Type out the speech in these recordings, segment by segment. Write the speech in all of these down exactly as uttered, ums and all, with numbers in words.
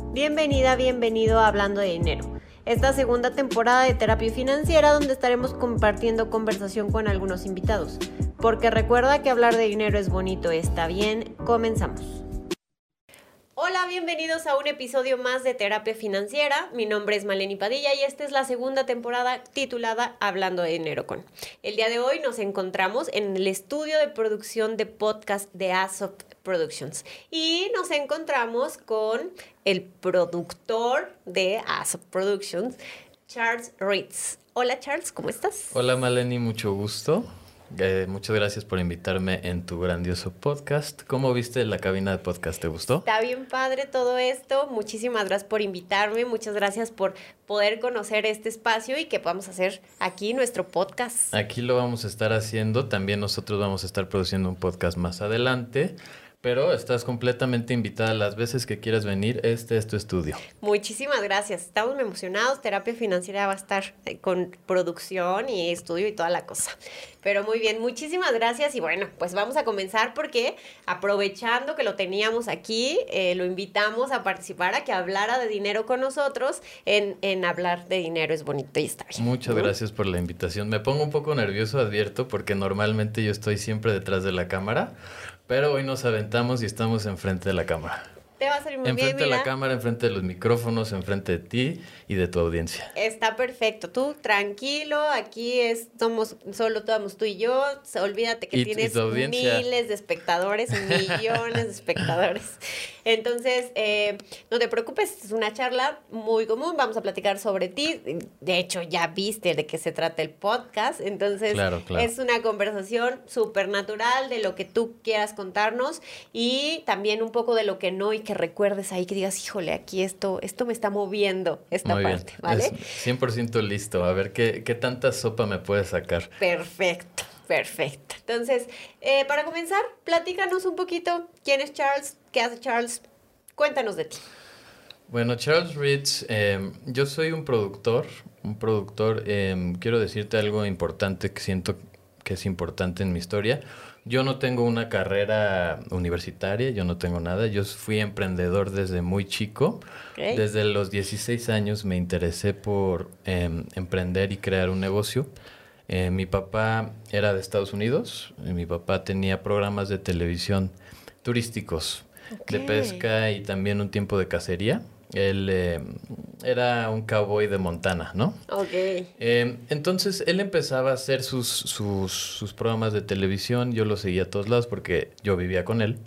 Bienvenida, bienvenido a Hablando de Dinero. Esta segunda temporada de Terapia Financiera donde estaremos compartiendo conversación con algunos invitados. Porque recuerda que hablar de dinero es bonito, está bien, comenzamos. Hola, bienvenidos a un episodio más de Terapia Financiera. Mi nombre es Maleni Padilla y esta es la segunda temporada titulada Hablando de Dinero con. El día de hoy nos encontramos en el estudio de producción de podcast de Aesop Productions y nos encontramos con el productor de Aesop Productions, Charles Ritz. Hola Charles, ¿cómo estás? Hola Maleni, mucho gusto. Eh, muchas gracias por invitarme en tu grandioso podcast. ¿Cómo viste la cabina de podcast? ¿Te gustó? Está bien padre todo esto. Muchísimas gracias por invitarme. Muchas gracias por poder conocer este espacio y que podamos hacer aquí nuestro podcast. Aquí lo vamos a estar haciendo. También nosotros vamos a estar produciendo un podcast más adelante. Pero estás completamente invitada las veces que quieras venir. Este es tu estudio. Muchísimas gracias. Estamos muy emocionados. Terapia Financiera va a estar con producción y estudio y toda la cosa. Pero muy bien, muchísimas gracias. Y bueno, pues vamos a comenzar porque aprovechando que lo teníamos aquí, eh, lo invitamos a participar, a que hablara de dinero con nosotros. En, en hablar de dinero es bonito y está bien. Muchas ¿no? gracias por la invitación. Me pongo un poco nervioso, advierto, porque normalmente yo estoy siempre detrás de la cámara. Pero hoy nos aventamos y estamos enfrente de la cámara. Te va a salir muy enfrente bien, de la mira. cámara, enfrente de los micrófonos, enfrente de ti y de tu audiencia. Está perfecto. Tú tranquilo, aquí es, somos, solo estamos tú y yo. Olvídate que y, tienes y miles de espectadores, millones de espectadores. Entonces, eh, no te preocupes, es una charla muy común. Vamos a platicar sobre ti. De hecho, ya viste de qué se trata el podcast. Entonces, claro, claro. es una conversación súper natural de lo que tú quieras contarnos y también un poco de lo que no y que recuerdes ahí, que digas, híjole, aquí esto, esto me está moviendo, esta Muy parte, bien. ¿vale? Es cien por ciento listo. A ver, ¿qué, qué tanta sopa me puedes sacar? Perfecto, perfecto. Entonces, eh, para comenzar, platícanos un poquito quién es Charles, qué hace Charles, cuéntanos de ti. Bueno, Charles Ritz, eh, yo soy un productor, un productor, eh, quiero decirte algo importante que siento que es importante en mi historia. Yo no tengo una carrera universitaria, yo no tengo nada. Yo fui emprendedor desde muy chico. Okay. Desde los dieciséis años me interesé por eh, emprender y crear un negocio. Eh, mi papá era de Estados Unidos. Y mi papá tenía programas de televisión turísticos, okay, de pesca y también un tiempo de cacería. Él eh, era un cowboy de Montana, ¿no? Ok. Eh, entonces, él empezaba a hacer sus, sus, sus programas de televisión. Yo lo seguía a todos lados porque yo vivía con él.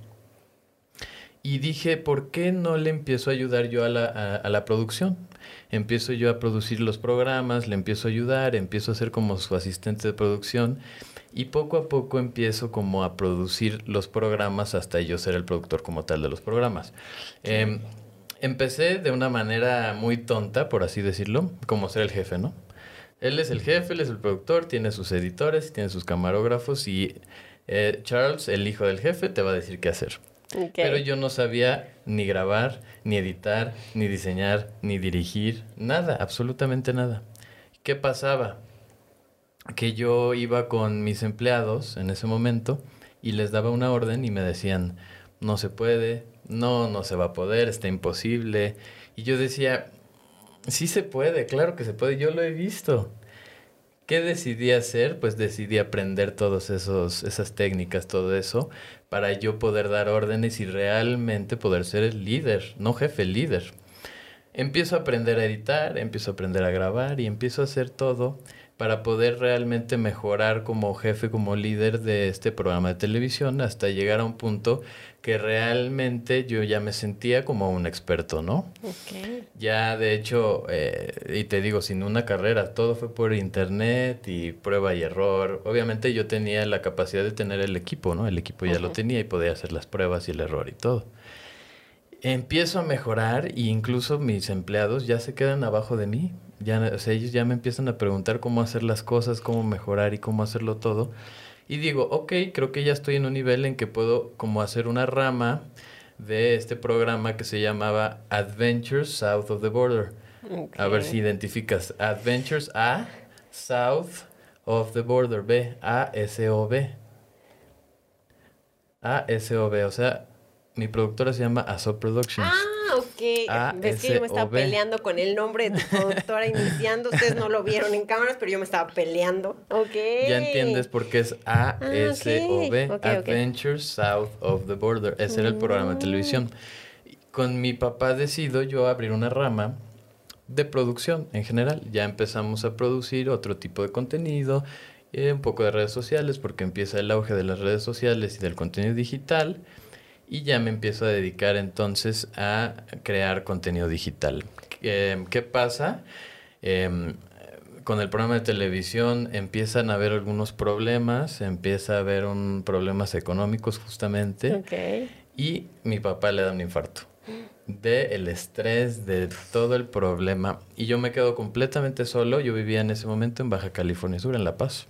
Y dije, ¿por qué no le empiezo a ayudar yo a la, a, a la producción? Empiezo yo a producir los programas, le empiezo a ayudar, empiezo a ser como su asistente de producción. Y poco a poco empiezo como a producir los programas hasta yo ser el productor como tal de los programas. Sí. Eh, Empecé de una manera muy tonta, por así decirlo, como ser el jefe, ¿no? Él es el jefe, él es el productor, tiene sus editores, tiene sus camarógrafos y eh, Charles, el hijo del jefe, te va a decir qué hacer. Okay. Pero yo no sabía ni grabar, ni editar, ni diseñar, ni dirigir, nada, absolutamente nada. ¿Qué pasaba? Que yo iba con mis empleados en ese momento y les daba una orden y me decían, no se puede, no, no se va a poder, está imposible. Y yo decía, sí se puede, claro que se puede, yo lo he visto. ¿Qué decidí hacer? Pues decidí aprender todas esas técnicas, todo eso, para yo poder dar órdenes y realmente poder ser el líder, no jefe, el líder. Empiezo a aprender a editar, empiezo a aprender a grabar y empiezo a hacer todo para poder realmente mejorar como jefe, como líder de este programa de televisión hasta llegar a un punto que realmente yo ya me sentía como un experto, ¿no? Okay. Ya de hecho, eh, y te digo, sin una carrera, todo fue por internet y prueba y error. Obviamente yo tenía la capacidad de tener el equipo, ¿no? El equipo ya uh-huh. lo tenía y podía hacer las pruebas y el error y todo. Empiezo a mejorar e incluso mis empleados ya se quedan abajo de mí. Ya, o sea, ellos ya me empiezan a preguntar cómo hacer las cosas, cómo mejorar y cómo hacerlo todo. Y digo, ok, creo que ya estoy en un nivel en que puedo como hacer una rama de este programa que se llamaba Adventures South of the Border. Okay. A ver si identificas. Adventures A, South of the Border, B, A S O B. A S O B, o sea, mi productora se llama Aesop Productions. Ah, ok. A Ves que yo me estaba S O B. peleando con el nombre de tu productora iniciando. Ustedes no lo vieron en cámaras, pero yo me estaba peleando. Ok. Ya entiendes por qué es A S O B, Ah, ok. Ok, ok. Adventures South of the Border. Ese era el programa de televisión. Con mi papá decido yo abrir una rama de producción en general. Ya empezamos a producir otro tipo de contenido, eh, un poco de redes sociales, porque empieza el auge de las redes sociales y del contenido digital. Y ya me empiezo a dedicar entonces a crear contenido digital. Eh, ¿Qué pasa? Eh, con el programa de televisión empiezan a haber algunos problemas, empieza a haber un, problemas económicos justamente. Ok. Y mi papá le da un infarto. De el estrés, de todo el problema. Y yo me quedo completamente solo. Yo vivía en ese momento en Baja California Sur, en La Paz.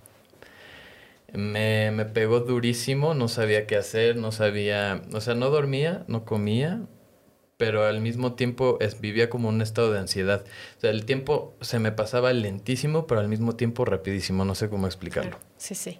Me, me pegó durísimo, no sabía qué hacer, no sabía, o sea, no dormía, no comía, pero al mismo tiempo es, vivía como un estado de ansiedad. O sea, el tiempo se me pasaba lentísimo, pero al mismo tiempo rapidísimo, no sé cómo explicarlo. Claro. Sí, sí.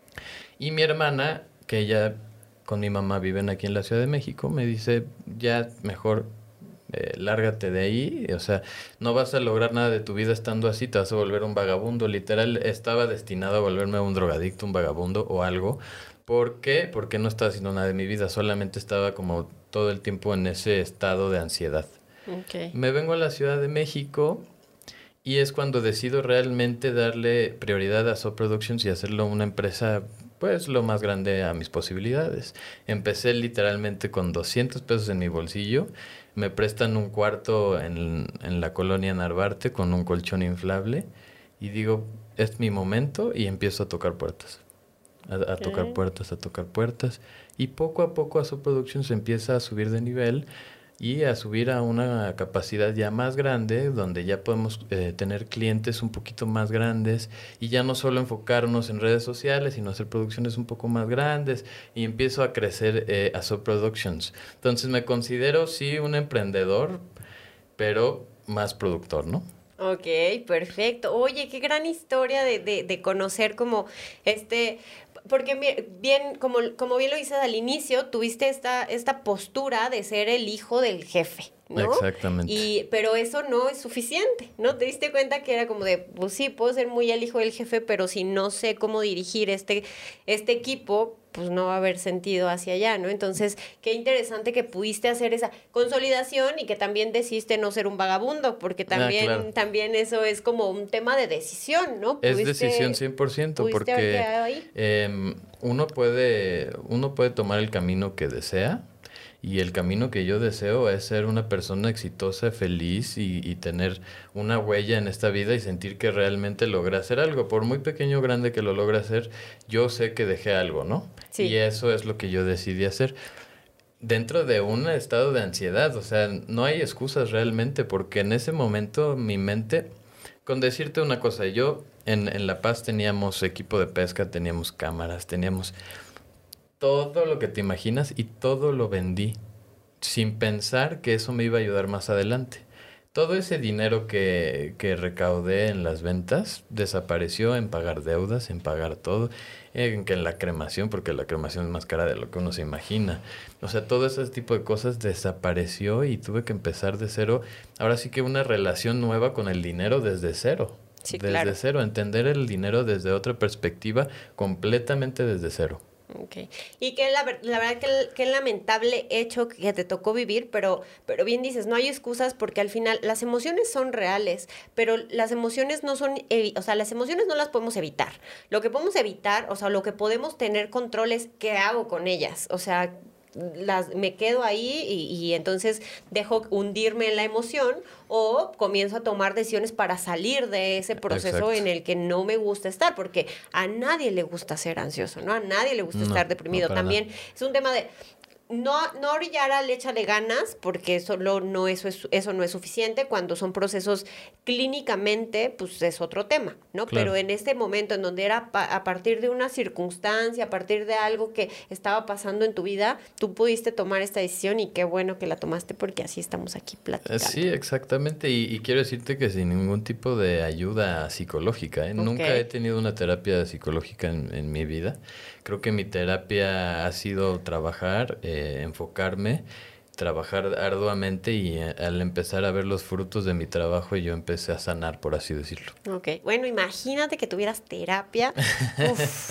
Y mi hermana, que ella con mi mamá viven aquí en la Ciudad de México, me dice, ya mejor eh, lárgate de ahí, o sea, no vas a lograr nada de tu vida estando así, te vas a volver un vagabundo, literal, estaba destinado a volverme un drogadicto, un vagabundo o algo. ¿Por qué? Porque no estaba haciendo nada de mi vida, solamente estaba como todo el tiempo en ese estado de ansiedad. Ok. Me vengo a la Ciudad de México y es cuando decido realmente darle prioridad a Soap Productions y hacerlo una empresa, pues, lo más grande a mis posibilidades. Empecé literalmente con doscientos pesos en mi bolsillo. Me prestan un cuarto en, en la colonia Narvarte con un colchón inflable. Y digo, es mi momento y empiezo a tocar puertas. A, a tocar puertas, a tocar puertas. Y poco a poco Soap Productions empieza a subir de nivel y a subir a una capacidad ya más grande, donde ya podemos eh, tener clientes un poquito más grandes y ya no solo enfocarnos en redes sociales, sino hacer producciones un poco más grandes, y empiezo a crecer eh, a Soap Productions. Entonces me considero sí un emprendedor, pero más productor, ¿no? Ok, perfecto. Oye, qué gran historia de, de, de conocer como este, porque mi- bien, como, como bien lo dices al inicio, tuviste esta, esta postura de ser el hijo del jefe, ¿no? Exactamente. Y, pero eso no es suficiente, ¿no? Te diste cuenta que era como de, pues sí, puedo ser muy el hijo del jefe, pero si no sé cómo dirigir este, este equipo, pues no va a haber sentido hacia allá, ¿no? Entonces, qué interesante que pudiste hacer esa consolidación y que también decidiste no ser un vagabundo, porque también, Ah, claro. también eso es como un tema de decisión, ¿no? Es Pudiste- decisión cien por ciento pudiste haber porque quedado ahí. em, uno puede, uno puede tomar el camino que desea, y el camino que yo deseo es ser una persona exitosa, feliz y, y tener una huella en esta vida y sentir que realmente logré hacer algo. Por muy pequeño o grande que lo logre hacer, yo sé que dejé algo, ¿no? Sí. Y eso es lo que yo decidí hacer. Dentro de un estado de ansiedad, o sea, no hay excusas realmente, porque en ese momento mi mente, con decirte una cosa, yo en, en La Paz teníamos equipo de pesca, teníamos cámaras, teníamos todo lo que te imaginas y todo lo vendí sin pensar que eso me iba a ayudar más adelante. Todo ese dinero que, que recaudé en las ventas desapareció en pagar deudas, en pagar todo, en que en la cremación, porque la cremación es más cara de lo que uno se imagina. O sea, todo ese tipo de cosas desapareció y tuve que empezar de cero. Ahora sí que una relación nueva con el dinero desde cero. Sí, desde claro. cero, entender el dinero desde otra perspectiva, completamente desde cero. Ok. Y que la, ver- la verdad que el- que lamentable hecho que te tocó vivir, pero, pero bien dices, no hay excusas porque al final las emociones son reales, pero las emociones no son, evi- o sea, las emociones no las podemos evitar. Lo que podemos evitar, o sea, lo que podemos tener control es qué hago con ellas. O sea, las, me quedo ahí y, y entonces dejo hundirme en la emoción o comienzo a tomar decisiones para salir de ese proceso Exacto. en el que no me gusta estar, porque a nadie le gusta ser ansioso, ¿no? A nadie le gusta No, estar no deprimido. para También nada. es un tema de no, no orillar al échale ganas, porque solo no eso es, eso no es suficiente. Cuando son procesos clínicamente, pues es otro tema, ¿no? Claro. Pero en este momento en donde era pa- a partir de una circunstancia, a partir de algo que estaba pasando en tu vida, tú pudiste tomar esta decisión y qué bueno que la tomaste porque así estamos aquí Eh, platicando. Sí, exactamente. Y, y quiero decirte que sin ningún tipo de ayuda psicológica, ¿eh? Ok. Nunca he tenido una terapia psicológica en, en mi vida. Creo que mi terapia ha sido trabajar, eh, enfocarme, trabajar arduamente y eh, al empezar a ver los frutos de mi trabajo yo empecé a sanar, por así decirlo. Ok, bueno, imagínate que tuvieras terapia. Uf,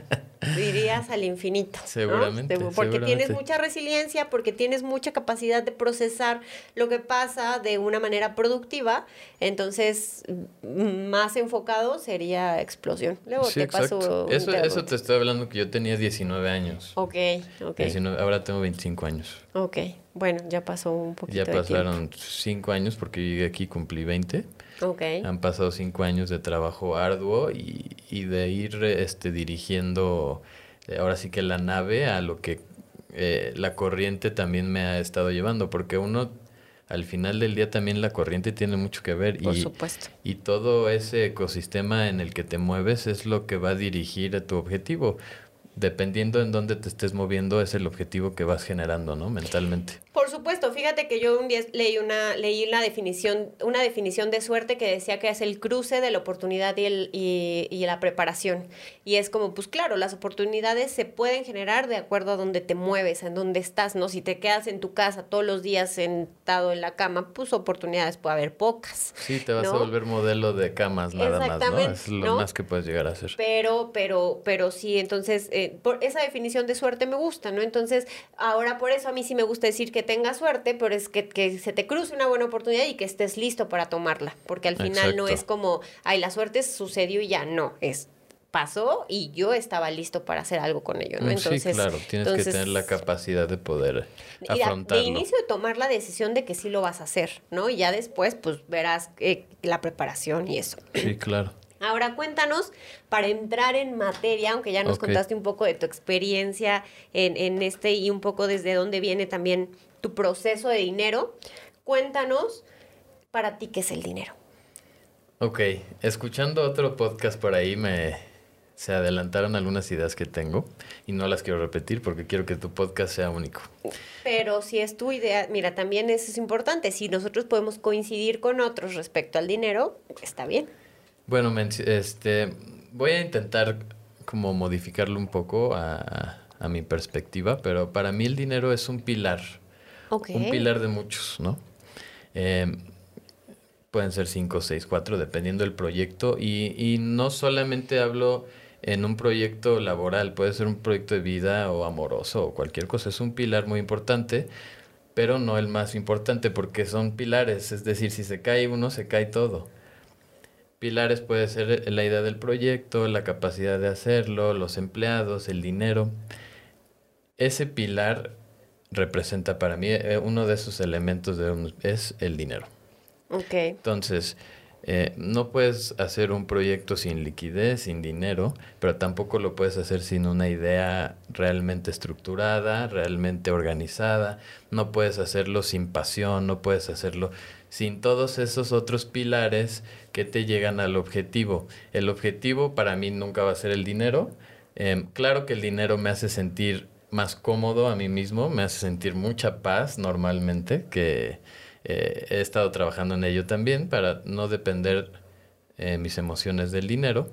irías al infinito, ¿no? Seguramente, Porque seguramente. tienes mucha resiliencia, porque tienes mucha capacidad de procesar lo que pasa de una manera productiva, entonces m- más enfocado sería explosión. Luego Sí, te paso exacto. un Eso, terapeuta. eso te estoy hablando que yo tenía diecinueve años. Ok, ok, diecinueve, ahora tengo veinticinco años. ok. Bueno, ya pasó un poquito Ya de tiempo. pasaron cinco años porque llegué aquí, cumplí veinte. Ok. Han pasado cinco años de trabajo arduo y, y de ir este, dirigiendo eh, ahora sí que la nave a lo que eh, la corriente también me ha estado llevando, porque uno al final del día también la corriente tiene mucho que ver Por y, supuesto. y todo ese ecosistema en el que te mueves es lo que va a dirigir a tu objetivo. Dependiendo en dónde te estés moviendo es el objetivo que vas generando, ¿no? Mentalmente. Por supuesto, fíjate que yo un día leí una, leí una definición, una definición de suerte que decía que es el cruce de la oportunidad y, el, y, y la preparación. Y es como, pues claro, las oportunidades se pueden generar de acuerdo a dónde te mueves, en dónde estás, ¿no? Si te quedas en tu casa todos los días sentado en la cama, pues oportunidades puede haber pocas. Sí, te vas ¿no? a volver modelo de camas nada más, ¿no? Exactamente, Es lo ¿no? más que puedes llegar a hacer. Pero, pero, pero sí, entonces, eh, por esa definición de suerte me gusta, ¿no? Entonces, ahora por eso a mí sí me gusta decir que tengas suerte, pero es que, que se te cruce una buena oportunidad y que estés listo para tomarla, porque al final no Exacto. es como, ay, la suerte sucedió y ya, no, es pasó y yo estaba listo para hacer algo con ello, ¿no? Mm, sí, claro, tienes que tener la capacidad de poder y la- afrontarlo. de inicio de tomar la decisión de que sí lo vas a hacer, ¿no? Y ya después, pues, verás eh, la preparación y eso. Sí, claro. Ahora cuéntanos, para entrar en materia, aunque ya nos Ok. contaste un poco de tu experiencia en, en este y un poco desde dónde viene también tu proceso de dinero, cuéntanos para ti qué es el dinero. Ok, escuchando otro podcast por ahí me se adelantaron algunas ideas que tengo y no las quiero repetir porque quiero que tu podcast sea único. Pero si es tu idea, mira, también eso es importante. Si nosotros podemos coincidir con otros respecto al dinero, está bien. Bueno, menci- este, voy a intentar como modificarlo un poco a, a mi perspectiva, pero para mí el dinero es un pilar, Ok. un pilar de muchos, ¿no? Eh, pueden ser cinco, seis, cuatro, dependiendo del proyecto. Y, y no solamente hablo en un proyecto laboral, puede ser un proyecto de vida o amoroso o cualquier cosa. Es un pilar muy importante, pero no el más importante porque son pilares. Es decir, si se cae uno, se cae todo. Pilares puede ser la idea del proyecto, la capacidad de hacerlo, los empleados, el dinero. Ese pilar representa para mí eh, uno de esos elementos de un- es el dinero. Ok. Entonces, eh, no puedes hacer un proyecto sin liquidez, sin dinero, pero tampoco lo puedes hacer sin una idea realmente estructurada, realmente organizada. No puedes hacerlo sin pasión, no puedes hacerlo sin todos esos otros pilares que te llegan al objetivo. El objetivo para mí nunca va a ser el dinero. Em, claro que el dinero me hace sentir más cómodo a mí mismo, me hace sentir mucha paz normalmente, que eh, he estado trabajando en ello también para no depender eh, mis emociones del dinero,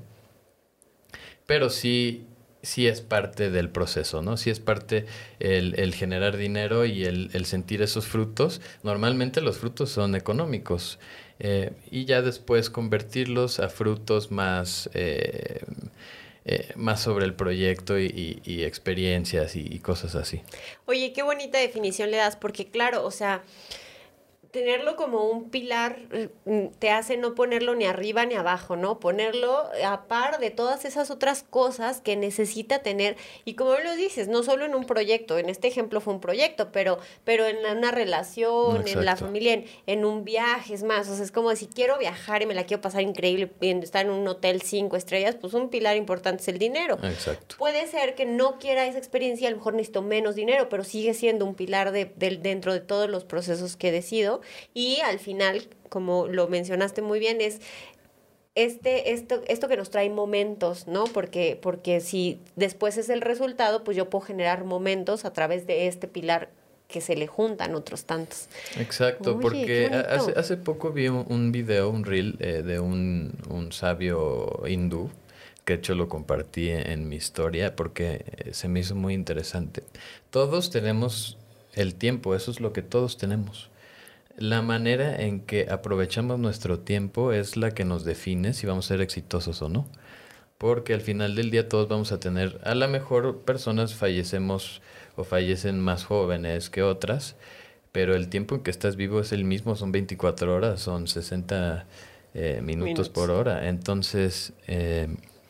pero sí, sí es parte del proceso, ¿no? Sí es parte el, el generar dinero y el, el sentir esos frutos. Normalmente los frutos son económicos eh, y ya después convertirlos a frutos más... Eh, eh, más sobre el proyecto y, y, y experiencias y, y cosas así. Oye, qué bonita definición le das, porque claro, o sea, tenerlo como un pilar mm, te hace no ponerlo ni arriba ni abajo, ¿no? Ponerlo a par de todas esas otras cosas que necesita tener. Y como lo dices, no solo en un proyecto, en este ejemplo fue un proyecto, pero, pero en una relación, en la Exacto. familia, en, en un viaje, es más, o sea, es como si quiero viajar y me la quiero pasar increíble, y estar en un hotel cinco estrellas, pues un pilar importante es el dinero. Exacto. Puede ser que no quiera esa experiencia, a lo mejor necesito menos dinero, pero sigue siendo un pilar de, de- dentro de todos los procesos que decido. Y al final, como lo mencionaste muy bien, es este, esto, esto que nos trae momentos, ¿no? Porque, porque si después es el resultado, pues yo puedo generar momentos a través de este pilar que se le juntan otros tantos. Exacto, Oye, porque qué bonito. hace, hace poco vi un, un video, un reel eh, de un, un sabio hindú, que de hecho lo compartí en, en mi historia porque eh, se me hizo muy interesante. Todos tenemos el tiempo, eso es lo que todos tenemos. La manera en que aprovechamos nuestro tiempo es la que nos define si vamos a ser exitosos o no. Porque al final del día todos vamos a tener, a lo mejor personas fallecemos o fallecen más jóvenes que otras, pero el tiempo en que estás vivo es el mismo, son veinticuatro horas, son sesenta eh, minutos, minutos por hora. Entonces, eh,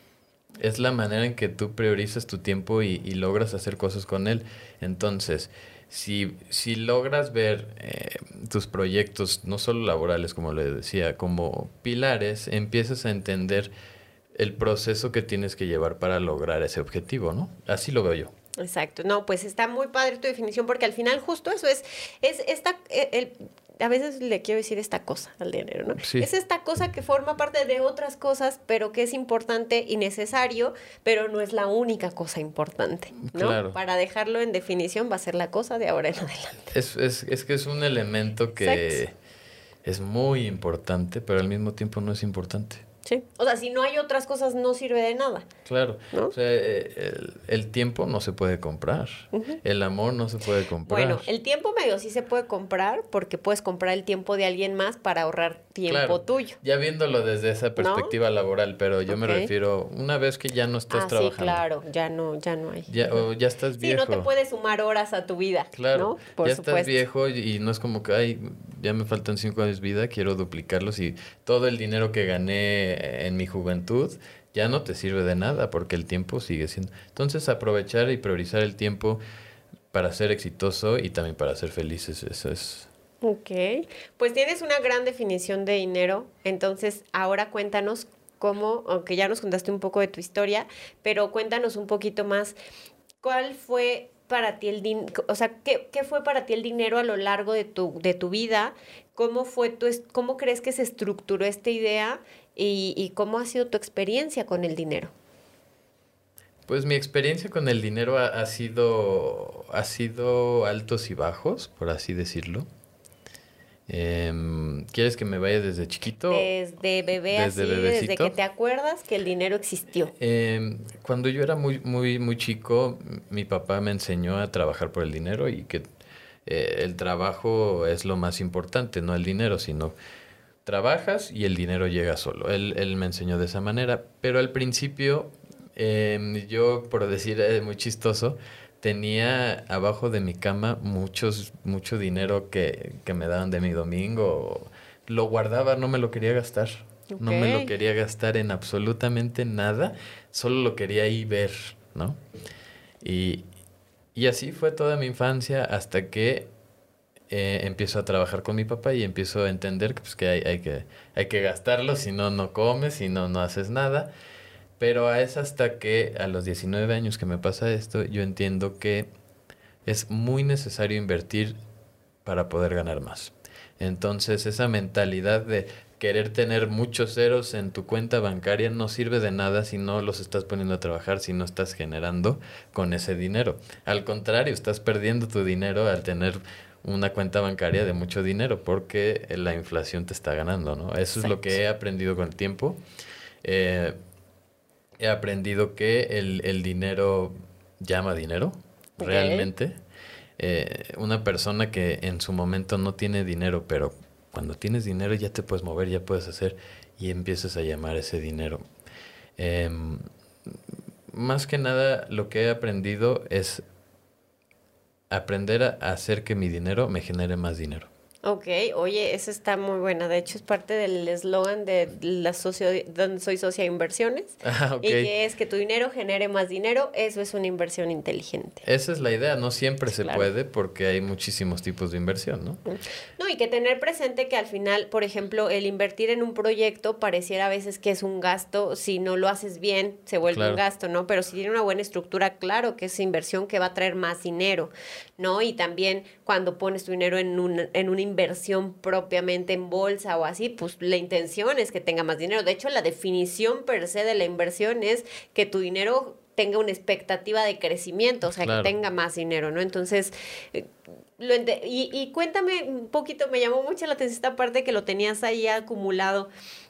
es la manera en que tú priorizas tu tiempo y, y logras hacer cosas con él. Entonces, si, si logras ver eh, tus proyectos, no solo laborales, como le decía, como pilares, empiezas a entender el proceso que tienes que llevar para lograr ese objetivo, ¿no? Así lo veo yo. Exacto. No, pues está muy padre tu definición, porque al final justo eso es, es esta, el, a veces le quiero decir esta cosa al dinero, ¿no? Sí. Es esta cosa que forma parte de otras cosas, pero que es importante y necesario, pero no es la única cosa importante, ¿no? Claro. Para dejarlo en definición, va a ser la cosa de ahora en adelante. Es, es, es que es un elemento que Exacto. es muy importante, pero al mismo tiempo no es importante. Sí. O sea, si no hay otras cosas, no sirve de nada. Claro. ¿No? O sea, el, el tiempo no se puede comprar. Uh-huh. El amor no se puede comprar. Bueno, el tiempo medio sí se puede comprar, porque puedes comprar el tiempo de alguien más para ahorrar tiempo claro, tuyo. Ya viéndolo desde esa perspectiva ¿no? laboral, pero yo okay. me refiero una vez que ya no estás ah, trabajando. Sí, claro, ya no, ya no hay. Ya, o ya estás viejo. Sí, no te puedes sumar horas a tu vida. Claro, ¿no? Por ya supuesto. estás viejo y no es como que, ay, ya me faltan cinco años de vida, quiero duplicarlos y todo el dinero que gané en mi juventud ya no te sirve de nada porque el tiempo sigue siendo. Entonces, aprovechar y priorizar el tiempo para ser exitoso y también para ser felices, eso es. Ok, pues tienes una gran definición de dinero, entonces ahora cuéntanos cómo, aunque ya nos contaste un poco de tu historia, pero cuéntanos un poquito más, ¿cuál fue para ti el dinero? O sea, ¿qué, ¿qué fue para ti el dinero a lo largo de tu, de tu vida? ¿Cómo fue tu, cómo crees que se estructuró esta idea y, y cómo ha sido tu experiencia con el dinero? Pues mi experiencia con el dinero ha, ha sido ha sido altos y bajos, por así decirlo. Eh, ¿Quieres que me vaya desde chiquito? Desde bebé, desde así, bebecito. Desde que te acuerdas que el dinero existió. Eh, cuando yo era muy, muy, muy chico, mi papá me enseñó a trabajar por el dinero y que eh, el trabajo es lo más importante, no el dinero, sino trabajas y el dinero llega solo. Él, él me enseñó de esa manera, pero al principio, eh, yo, por decir eh, muy chistoso, tenía abajo de mi cama muchos, mucho dinero que, que me daban de mi domingo. Lo guardaba, no me lo quería gastar. Okay. No me lo quería gastar en absolutamente nada. Solo lo quería ahí ver, ¿no? Y, y así fue toda mi infancia hasta que eh, empiezo a trabajar con mi papá y empiezo a entender que, pues, que, hay, hay que hay que gastarlo, si no, no comes, si no, no haces nada. Pero es hasta que a los diecinueve años que me pasa esto, yo entiendo que es muy necesario invertir para poder ganar más. Entonces, esa mentalidad de querer tener muchos ceros en tu cuenta bancaria no sirve de nada si no los estás poniendo a trabajar, si no estás generando con ese dinero. Al contrario, estás perdiendo tu dinero al tener una cuenta bancaria de mucho dinero porque la inflación te está ganando, ¿no? Eso Exacto. Es lo que he aprendido con el tiempo. Eh... He aprendido que el, el dinero llama dinero, okay. realmente. Eh, una persona que en su momento no tiene dinero, pero cuando tienes dinero ya te puedes mover, ya puedes hacer y empiezas a llamar ese dinero. Eh, más que nada lo que he aprendido es aprender a hacer que mi dinero me genere más dinero. Ok, oye, eso está muy buena. De hecho, es parte del eslogan de la socio, donde soy socia de inversiones. Ah, okay. Y que es que tu dinero genere más dinero. Eso es una inversión inteligente. Esa es la idea. No siempre se claro. puede porque hay muchísimos tipos de inversión, ¿no? No, y que tener presente que al final, por ejemplo, el invertir en un proyecto pareciera a veces que es un gasto. Si no lo haces bien, se vuelve claro. un gasto, ¿no? Pero si tiene una buena estructura, claro que es inversión que va a traer más dinero, ¿no? Y también cuando pones tu dinero en un, en un inversión propiamente en bolsa o así, pues la intención es que tenga más dinero. De hecho, la definición per se de la inversión es que tu dinero tenga una expectativa de crecimiento, o sea, claro. que tenga más dinero, ¿no? Entonces, lo ent- y, y cuéntame un poquito, me llamó mucho la atención esta parte que lo tenías ahí acumulado.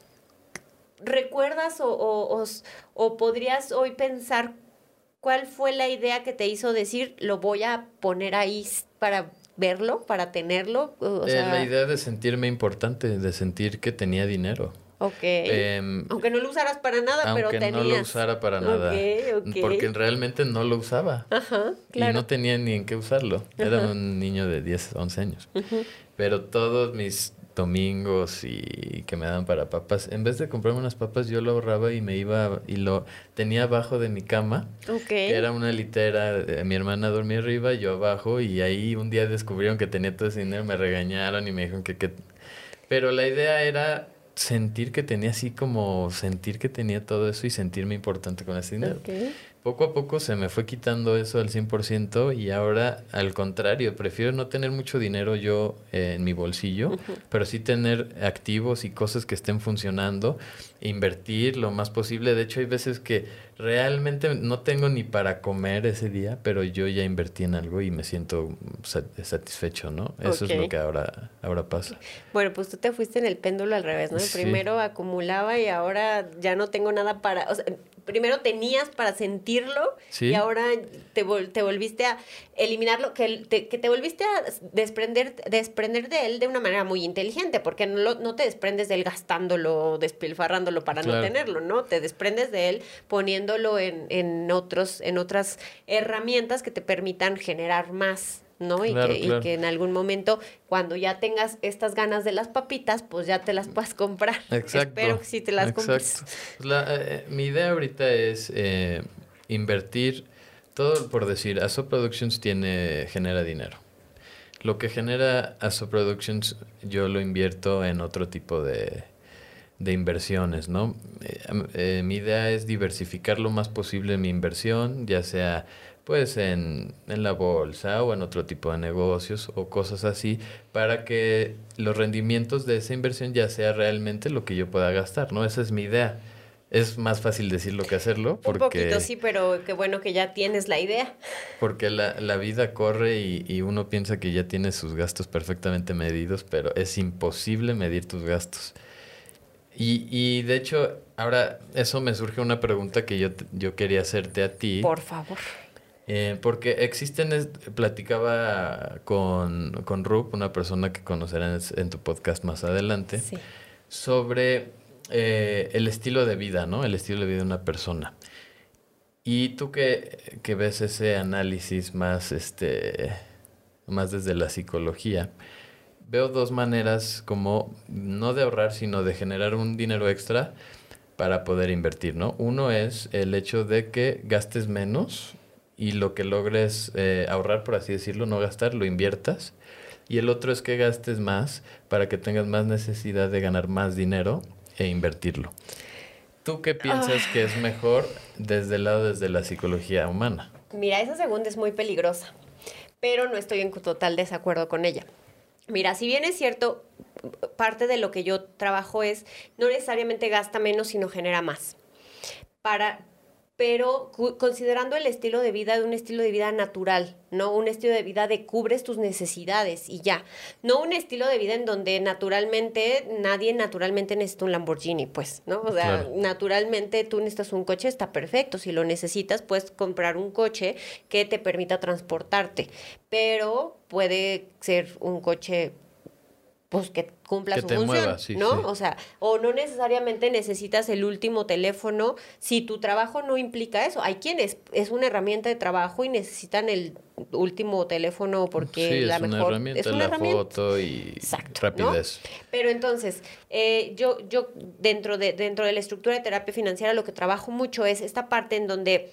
¿Recuerdas o, o, o, o podrías hoy pensar cuál fue la idea que te hizo decir, lo voy a poner ahí para verlo, para tenerlo? O eh, sea... La idea de sentirme importante, de sentir que tenía dinero. Ok. Eh, aunque no lo usaras para nada, pero tenías. Aunque no lo usara para nada. Ok, ok. Porque realmente no lo usaba. Ajá, claro. Y no tenía ni en qué usarlo. Ajá. Era un niño de diez, once años. Uh-huh. Pero todos mis domingos y que me daban para papas, en vez de comprarme unas papas, yo lo ahorraba y me iba y lo tenía abajo de mi cama. Ok. Que era una litera. Mi hermana dormía arriba, yo abajo. Y ahí un día descubrieron que tenía todo ese dinero, me regañaron y me dijeron que... que... Pero la idea era... sentir que tenía así como sentir que tenía todo eso y sentirme importante con ese dinero. Okay. Poco a poco se me fue quitando eso al cien por ciento y ahora al contrario, prefiero no tener mucho dinero yo eh, en mi bolsillo, uh-huh. pero sí tener activos y cosas que estén funcionando, invertir lo más posible. De hecho, hay veces que realmente no tengo ni para comer ese día, pero yo ya invertí en algo y me siento satisfecho, ¿no? Eso okay. es lo que ahora, ahora pasa. Bueno, pues tú te fuiste en el péndulo al revés, ¿no? Sí. Primero acumulaba y ahora ya no tengo nada para... O sea, primero tenías para sentirlo, ¿sí? Y ahora te, vol- te volviste a eliminarlo, que te, que te volviste a desprender, desprender de él de una manera muy inteligente, porque no, lo, no te desprendes de él gastándolo, despilfarrándolo para claro. no tenerlo, ¿no? Te desprendes de él poniéndolo en, en, otros, en otras herramientas que te permitan generar más. ¿no? Claro, y, que, claro. y que en algún momento, cuando ya tengas estas ganas de las papitas, pues ya te las puedas comprar. Exacto. Espero que sí te las Exacto. compres. Pues la, eh, mi idea ahorita es eh, invertir todo, por decir, Aso Productions tiene, genera dinero. Lo que genera Aso Productions yo lo invierto en otro tipo de, de inversiones, ¿no? Eh, eh, mi idea es diversificar lo más posible mi inversión, ya sea pues en, en la bolsa o en otro tipo de negocios o cosas así, para que los rendimientos de esa inversión ya sea realmente lo que yo pueda gastar, ¿no? Esa es mi idea. Es más fácil decirlo que hacerlo. Porque, un poquito sí, pero qué bueno que ya tienes la idea. Porque la, la vida corre y, y uno piensa que ya tiene sus gastos perfectamente medidos, pero es imposible medir tus gastos. Y, y de hecho, ahora eso me surge una pregunta que yo, yo quería hacerte a ti. Por favor. Eh, porque existen, platicaba con, con Rup, una persona que conocerás en, en tu podcast más adelante, sí. sobre eh, el estilo de vida, ¿no? El estilo de vida de una persona. Y tú que, que ves ese análisis más, este, más desde la psicología, veo dos maneras como, no de ahorrar, sino de generar un dinero extra para poder invertir, ¿no? Uno es el hecho de que gastes menos y lo que logres eh, ahorrar, por así decirlo, no gastar, lo inviertas. Y el otro es que gastes más para que tengas más necesidad de ganar más dinero e invertirlo. ¿Tú qué piensas oh. que es mejor desde el lado desde la psicología humana? Mira, esa segunda es muy peligrosa, pero no estoy en total desacuerdo con ella. Mira, si bien es cierto, parte de lo que yo trabajo es no necesariamente gasta menos, sino genera más. Para... pero considerando el estilo de vida de un estilo de vida natural, ¿no? Un estilo de vida de cubres tus necesidades y ya. No un estilo de vida en donde naturalmente, nadie naturalmente necesita un Lamborghini, pues, ¿no? O sea, claro. naturalmente tú necesitas un coche, está perfecto. Si lo necesitas, puedes comprar un coche que te permita transportarte. Pero puede ser un coche... pues que cumpla que su te función, mueva, sí, ¿no? Sí. O sea, o no necesariamente necesitas el último teléfono si tu trabajo no implica eso. Hay quienes es una herramienta de trabajo y necesitan el último teléfono porque sí, la es mejor una herramienta, es una la herramienta. foto y Exacto, rapidez. ¿no? Pero entonces, eh, yo, yo dentro de, dentro de la estructura de terapia financiera lo que trabajo mucho es esta parte en donde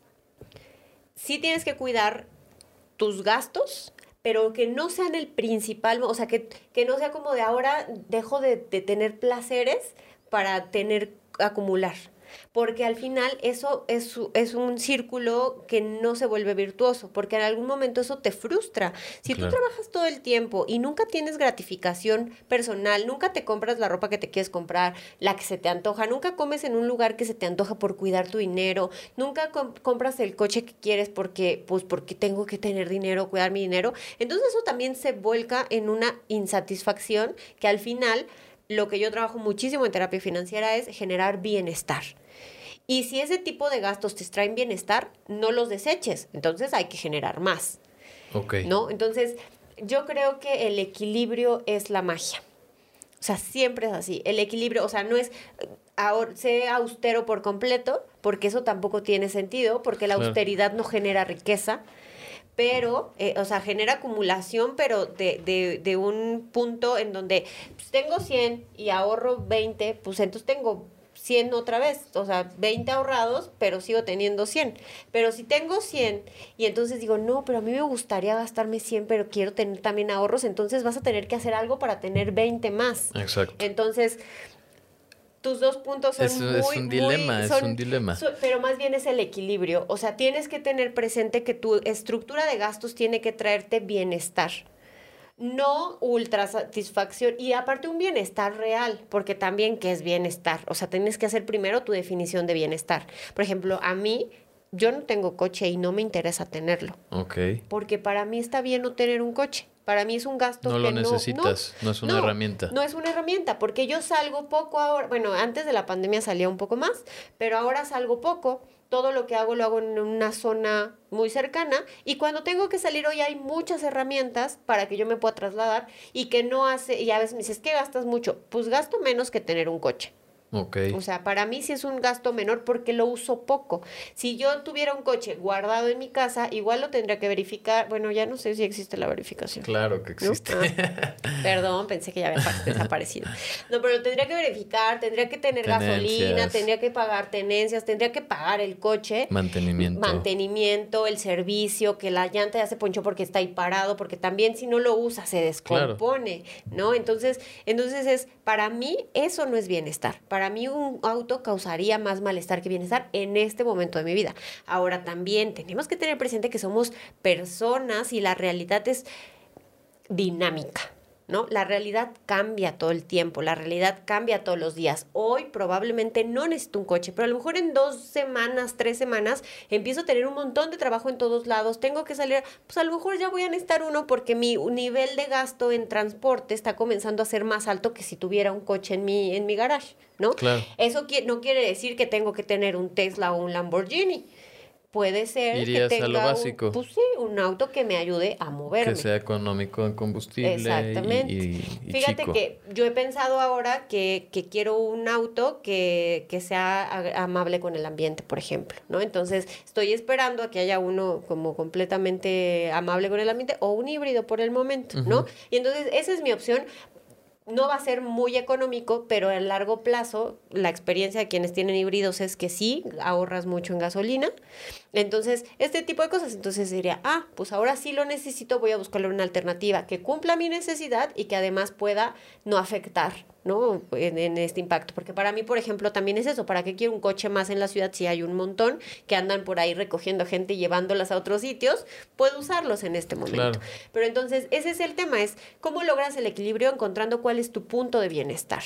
sí tienes que cuidar tus gastos, pero que no sean el principal, o sea, que, que no sea como de ahora dejo de, de tener placeres para tener, acumular. Porque al final eso es, es un círculo que no se vuelve virtuoso, porque en algún momento eso te frustra. Si claro. tú trabajas todo el tiempo y nunca tienes gratificación personal, nunca te compras la ropa que te quieres comprar, la que se te antoja, nunca comes en un lugar que se te antoja por cuidar tu dinero, nunca comp- compras el coche que quieres porque, pues porque tengo que tener dinero, cuidar mi dinero, entonces eso también se vuelca en una insatisfacción que al final... Lo que yo trabajo muchísimo en terapia financiera es generar bienestar. Y si ese tipo de gastos te traen bienestar, no los deseches. Entonces hay que generar más. Ok. ¿No? Entonces, Yo creo que el equilibrio es la magia. O sea, siempre es así. El equilibrio, o sea, no es ahora, sé austero por completo, porque eso tampoco tiene sentido, porque la Claro. austeridad no genera riqueza, pero, eh, o sea, genera acumulación, pero de, de, de un punto en donde pues, tengo cien y ahorro veinte, pues entonces tengo cien otra vez, o sea, veinte ahorrados, pero sigo teniendo cien. Pero si tengo cien y entonces digo, no, pero a mí me gustaría gastarme cien, pero quiero tener también ahorros, entonces vas a tener que hacer algo para tener veinte más. Exacto. Entonces, tus dos puntos son Es, muy, es un dilema, muy, es son- un dilema. so- pero más bien es el equilibrio. O sea, tienes que tener presente que tu estructura de gastos tiene que traerte bienestar. No ultra satisfacción y aparte un bienestar real, porque también ¿qué es bienestar? O sea, tienes que hacer primero tu definición de bienestar. Por ejemplo, a mí, yo no tengo coche y no me interesa tenerlo, Ok. porque para mí está bien no tener un coche. Para mí es un gasto No que lo no- necesitas, no, es una no, herramienta. No es una herramienta, porque yo salgo poco ahora. Bueno, antes de la pandemia salía un poco más, pero ahora salgo poco. Todo lo que hago lo hago en una zona muy cercana y cuando tengo que salir hoy hay muchas herramientas para que yo me pueda trasladar y que no hace, y a veces me dices, ¿qué gastas mucho? Pues gasto menos que tener un coche. Ok. O sea, para mí sí es un gasto menor porque lo uso poco. Si yo tuviera un coche guardado en mi casa, igual lo tendría que verificar. Bueno, ya no sé si existe la verificación. Claro que ¿No? existe. Ah, perdón, pensé que ya había desaparecido. No, pero lo tendría que verificar, tendría que tener gasolina, Tenencias. tendría que pagar tenencias, tendría que pagar el coche. Mantenimiento. Mantenimiento, el servicio, que la llanta ya se ponchó porque está ahí parado, porque también si no lo usa se descompone, ¿no? Entonces, entonces es, para mí eso no es bienestar. Para mí un auto causaría más malestar que bienestar en este momento de mi vida. Ahora también tenemos que tener presente que somos personas y la realidad es dinámica, ¿no? La realidad cambia todo el tiempo, la realidad cambia todos los días. Hoy probablemente no necesito un coche, pero a lo mejor en dos semanas, tres semanas, empiezo a tener un montón de trabajo en todos lados, tengo que salir, pues a lo mejor ya voy a necesitar uno porque mi nivel de gasto en transporte está comenzando a ser más alto que si tuviera un coche en mi, en mi garage, ¿no? Claro. Eso qui- no quiere decir que tengo que tener un Tesla o un Lamborghini. Puede ser Irías que a tenga lo un- básico. pues sí, un auto que me ayude a moverme. Que sea económico en combustible. Exactamente. Y, y- y Fíjate chico. que yo he pensado ahora que, que quiero un auto que, que sea a- amable con el ambiente, por ejemplo, ¿no? Entonces estoy esperando a que haya uno como completamente amable con el ambiente o un híbrido por el momento, ¿no? Ujú. Y entonces esa es mi opción. No va a ser muy económico, pero a largo plazo la experiencia de quienes tienen híbridos es que sí, ahorras mucho en gasolina. Entonces, este tipo de cosas, entonces diría, ah, pues ahora sí lo necesito, voy a buscarle una alternativa que cumpla mi necesidad y que además pueda no afectar, ¿no? En, en este impacto. Porque para mí, por ejemplo, también es eso, ¿para qué quiero un coche más en la ciudad si hay un montón que andan por ahí recogiendo gente y llevándolas a otros sitios? Puedo usarlos en este momento. Claro. Pero entonces, ese es el tema, es cómo logras el equilibrio encontrando cuál es tu punto de bienestar.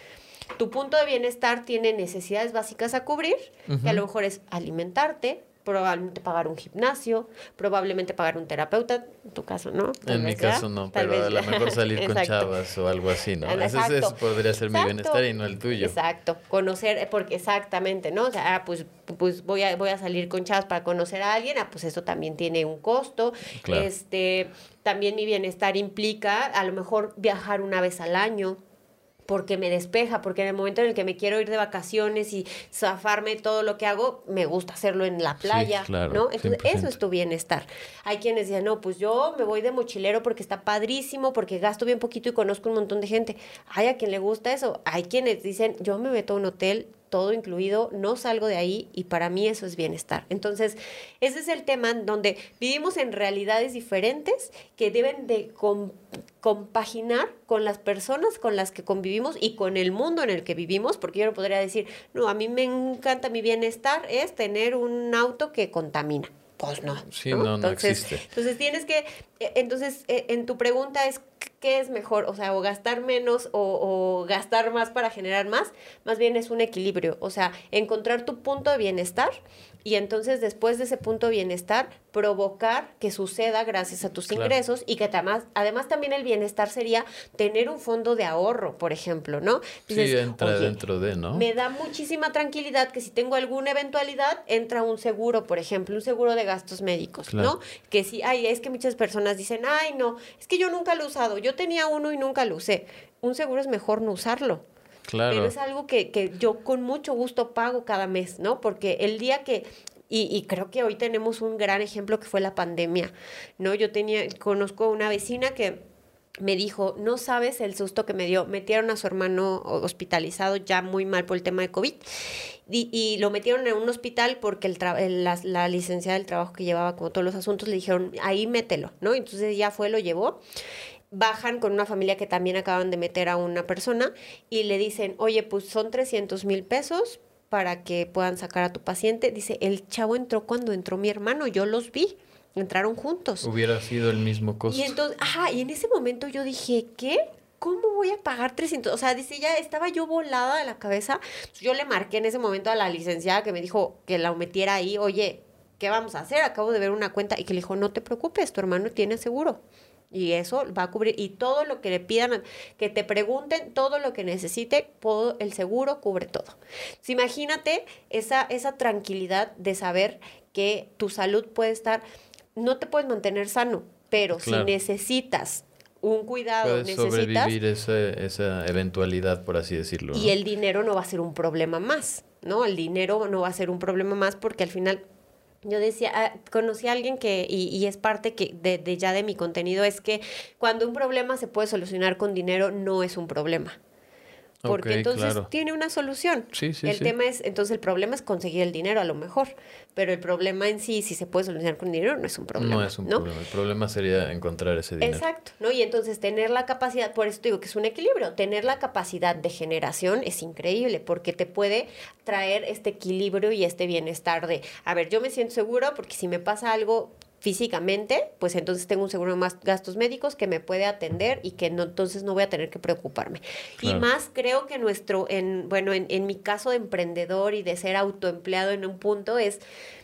Tu punto de bienestar tiene necesidades básicas a cubrir, que a lo mejor es alimentarte, probablemente pagar un gimnasio, probablemente pagar un terapeuta, en tu caso, ¿no? Tal En mi vez, ¿verdad? caso no, Tal pero a vez- lo mejor salir con Exacto. chavas o algo así, ¿no? Ah, Ese, ese exacto. podría ser mi Exacto. bienestar y no el tuyo. Exacto, conocer, eh, porque exactamente, ¿no? O sea, ah, pues, pues voy a, voy a salir con chavas para conocer a alguien, ah, pues eso también tiene un costo. Claro. Este, también mi bienestar implica a lo mejor viajar una vez al año, porque me despeja, porque en el momento en el que me quiero ir de vacaciones y zafarme todo lo que hago, me gusta hacerlo en la playa, claro, ¿no? Entonces, cien por ciento. eso es tu bienestar. Hay quienes dicen, no, pues yo me voy de mochilero porque está padrísimo, porque gasto bien poquito y conozco un montón de gente. Hay a quien le gusta eso. Hay quienes dicen, yo me meto a un hotel, todo incluido, no salgo de ahí y para mí eso es bienestar. Entonces, ese es el tema en donde vivimos en realidades diferentes que deben de com- compaginar con las personas con las que convivimos y con el mundo en el que vivimos, porque yo no podría decir, no, a mí me encanta, mi bienestar es tener un auto que contamina. Pues no. Sí, no, no entonces, existe. Entonces tienes que, eh, entonces, eh, en tu pregunta es, qué es mejor, o sea, o gastar menos o, o gastar más para generar más, más bien es un equilibrio, o sea, encontrar tu punto de bienestar y entonces después de ese punto de bienestar provocar que suceda gracias a tus Claro. ingresos y que además, además también el bienestar sería tener un fondo de ahorro, por ejemplo, ¿no? Dices, Sí, entra oye, dentro de, ¿no? me da muchísima tranquilidad que si tengo alguna eventualidad, entra un seguro, por ejemplo, un seguro de gastos médicos, Claro. ¿no? Que sí, ay, es que muchas personas dicen, ay, no, es que yo nunca lo he usado, yo tenía uno y nunca lo usé. Un seguro es mejor no usarlo. Claro. Pero es algo que, que yo con mucho gusto pago cada mes, ¿no? Porque el día que... Y, y creo que hoy tenemos un gran ejemplo que fue la pandemia, ¿no? Yo tenía, conozco a una vecina que me dijo, no sabes el susto que me dio. Metieron a su hermano hospitalizado ya muy mal por el tema de COVID y, y lo metieron en un hospital porque el tra- el- la, la licenciada del trabajo que llevaba como todos los asuntos le dijeron, ahí mételo, ¿no? Entonces ya fue, lo llevó. Bajan con una familia que también acaban de meter a una persona y le dicen, oye, pues son trescientos mil pesos para que puedan sacar a tu paciente. Dice, el chavo entró cuando entró mi hermano, yo los vi, entraron juntos. Hubiera sido el mismo costo. Y entonces, ajá, y en ese momento yo dije, ¿qué? ¿Cómo voy a pagar trescientos? O sea, dice, ya estaba yo volada de la cabeza. Yo le marqué en ese momento a la licenciada que me dijo que la metiera ahí, oye, ¿qué vamos a hacer? Acabo de ver una cuenta. Y que le dijo, no te preocupes, tu hermano tiene seguro. Y eso va a cubrir, y todo lo que le pidan, que te pregunten, todo lo que necesite, todo, el seguro cubre todo. Entonces, imagínate esa, esa tranquilidad de saber que tu salud puede estar, no te puedes mantener sano, pero Claro. si necesitas un cuidado, Puedes necesitas, sobrevivir esa, esa eventualidad, por así decirlo, ¿no? y el dinero no va a ser un problema más, ¿no? El dinero no va a ser un problema más porque al final... Yo decía, ah, conocí a alguien que, y, y es parte que de, de ya de mi contenido, es que cuando un problema se puede solucionar con dinero, no es un problema. Porque Ok, entonces claro. tiene una solución. Sí, sí, el sí. tema es, entonces el problema es conseguir el dinero a lo mejor, pero el problema en sí, si se puede solucionar con dinero, no es un problema. No es un ¿no? problema. El problema sería encontrar ese dinero. Exacto, ¿no? Y entonces tener la capacidad, por eso te digo que es un equilibrio, tener la capacidad de generación es increíble porque te puede traer este equilibrio y este bienestar de, a ver, yo me siento seguro porque si me pasa algo físicamente, pues entonces tengo un seguro de más gastos médicos que me puede atender y que no, entonces no voy a tener que preocuparme. Claro. Y más creo que nuestro, en, bueno, en, en mi caso de emprendedor y de ser autoempleado en un punto es...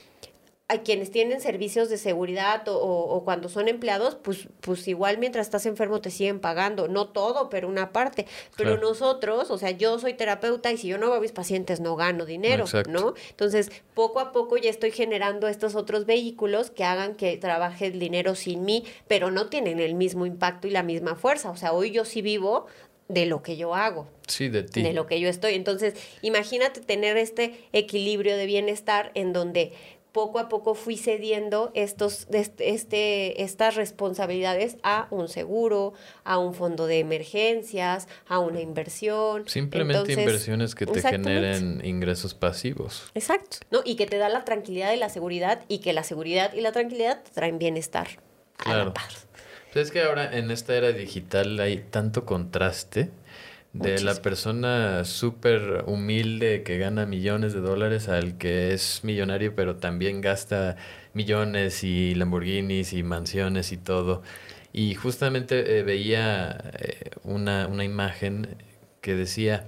a quienes tienen servicios de seguridad o, o, o cuando son empleados, pues, pues igual mientras estás enfermo te siguen pagando, no todo, pero una parte. Pero Claro. nosotros, o sea, yo soy terapeuta y si yo no veo a mis pacientes no gano dinero, Exacto. ¿no? Entonces, poco a poco ya estoy generando estos otros vehículos que hagan que trabaje el dinero sin mí, pero no tienen el mismo impacto y la misma fuerza. O sea, hoy yo sí vivo de lo que yo hago. Sí, de ti. De lo que yo estoy. Entonces, imagínate tener este equilibrio de bienestar en donde poco a poco fui cediendo estos, este, este, estas responsabilidades a un seguro, a un fondo de emergencias, a una inversión. Simplemente Entonces, inversiones que te exactamente. generen ingresos pasivos. Exacto, ¿no? Y que te da la tranquilidad y la seguridad, y que la seguridad y la tranquilidad te traen bienestar a Claro. la par. Pues es que ahora en esta era digital hay tanto contraste de Muchísimo. la persona súper humilde que gana millones de dólares al que es millonario pero también gasta millones y Lamborghinis y mansiones y todo. Y justamente eh, veía eh, una, una imagen que decía,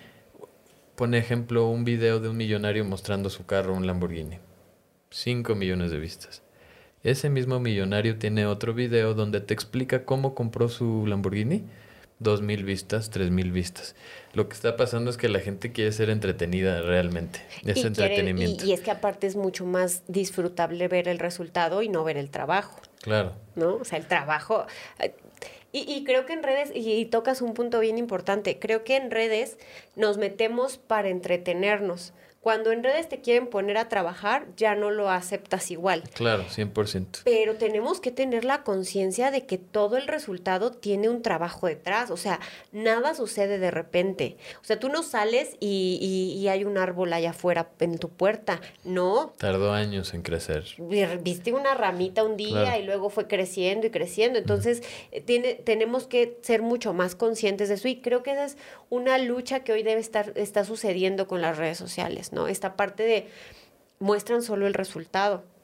pone ejemplo un video de un millonario mostrando su carro, un Lamborghini. Cinco millones de vistas. Ese mismo millonario tiene otro video donde te explica cómo compró su Lamborghini. Dos mil vistas, tres mil vistas. Lo que está pasando es que la gente quiere ser entretenida realmente. Es Y quiere- entretenimiento. y, y es que aparte es mucho más disfrutable ver el resultado y no ver el trabajo. Claro. ¿No? O sea, el trabajo... eh, Y, y creo que en redes, y, y tocas un punto bien importante, creo que en redes nos metemos para entretenernos. Cuando en redes te quieren poner a trabajar, ya no lo aceptas igual. Claro, cien por ciento. Pero tenemos que tener la conciencia de que todo el resultado tiene un trabajo detrás. O sea, nada sucede de repente. O sea, tú no sales y, y, y hay un árbol allá afuera en tu puerta. No. Tardó años en crecer. Viste una ramita un día Claro. y luego fue creciendo y creciendo. Entonces, eh, tiene, tenemos que ser mucho más conscientes de eso. Y creo que esa es una lucha que hoy debe estar está sucediendo con las redes sociales, ¿no? Esta parte de muestran solo el resultado.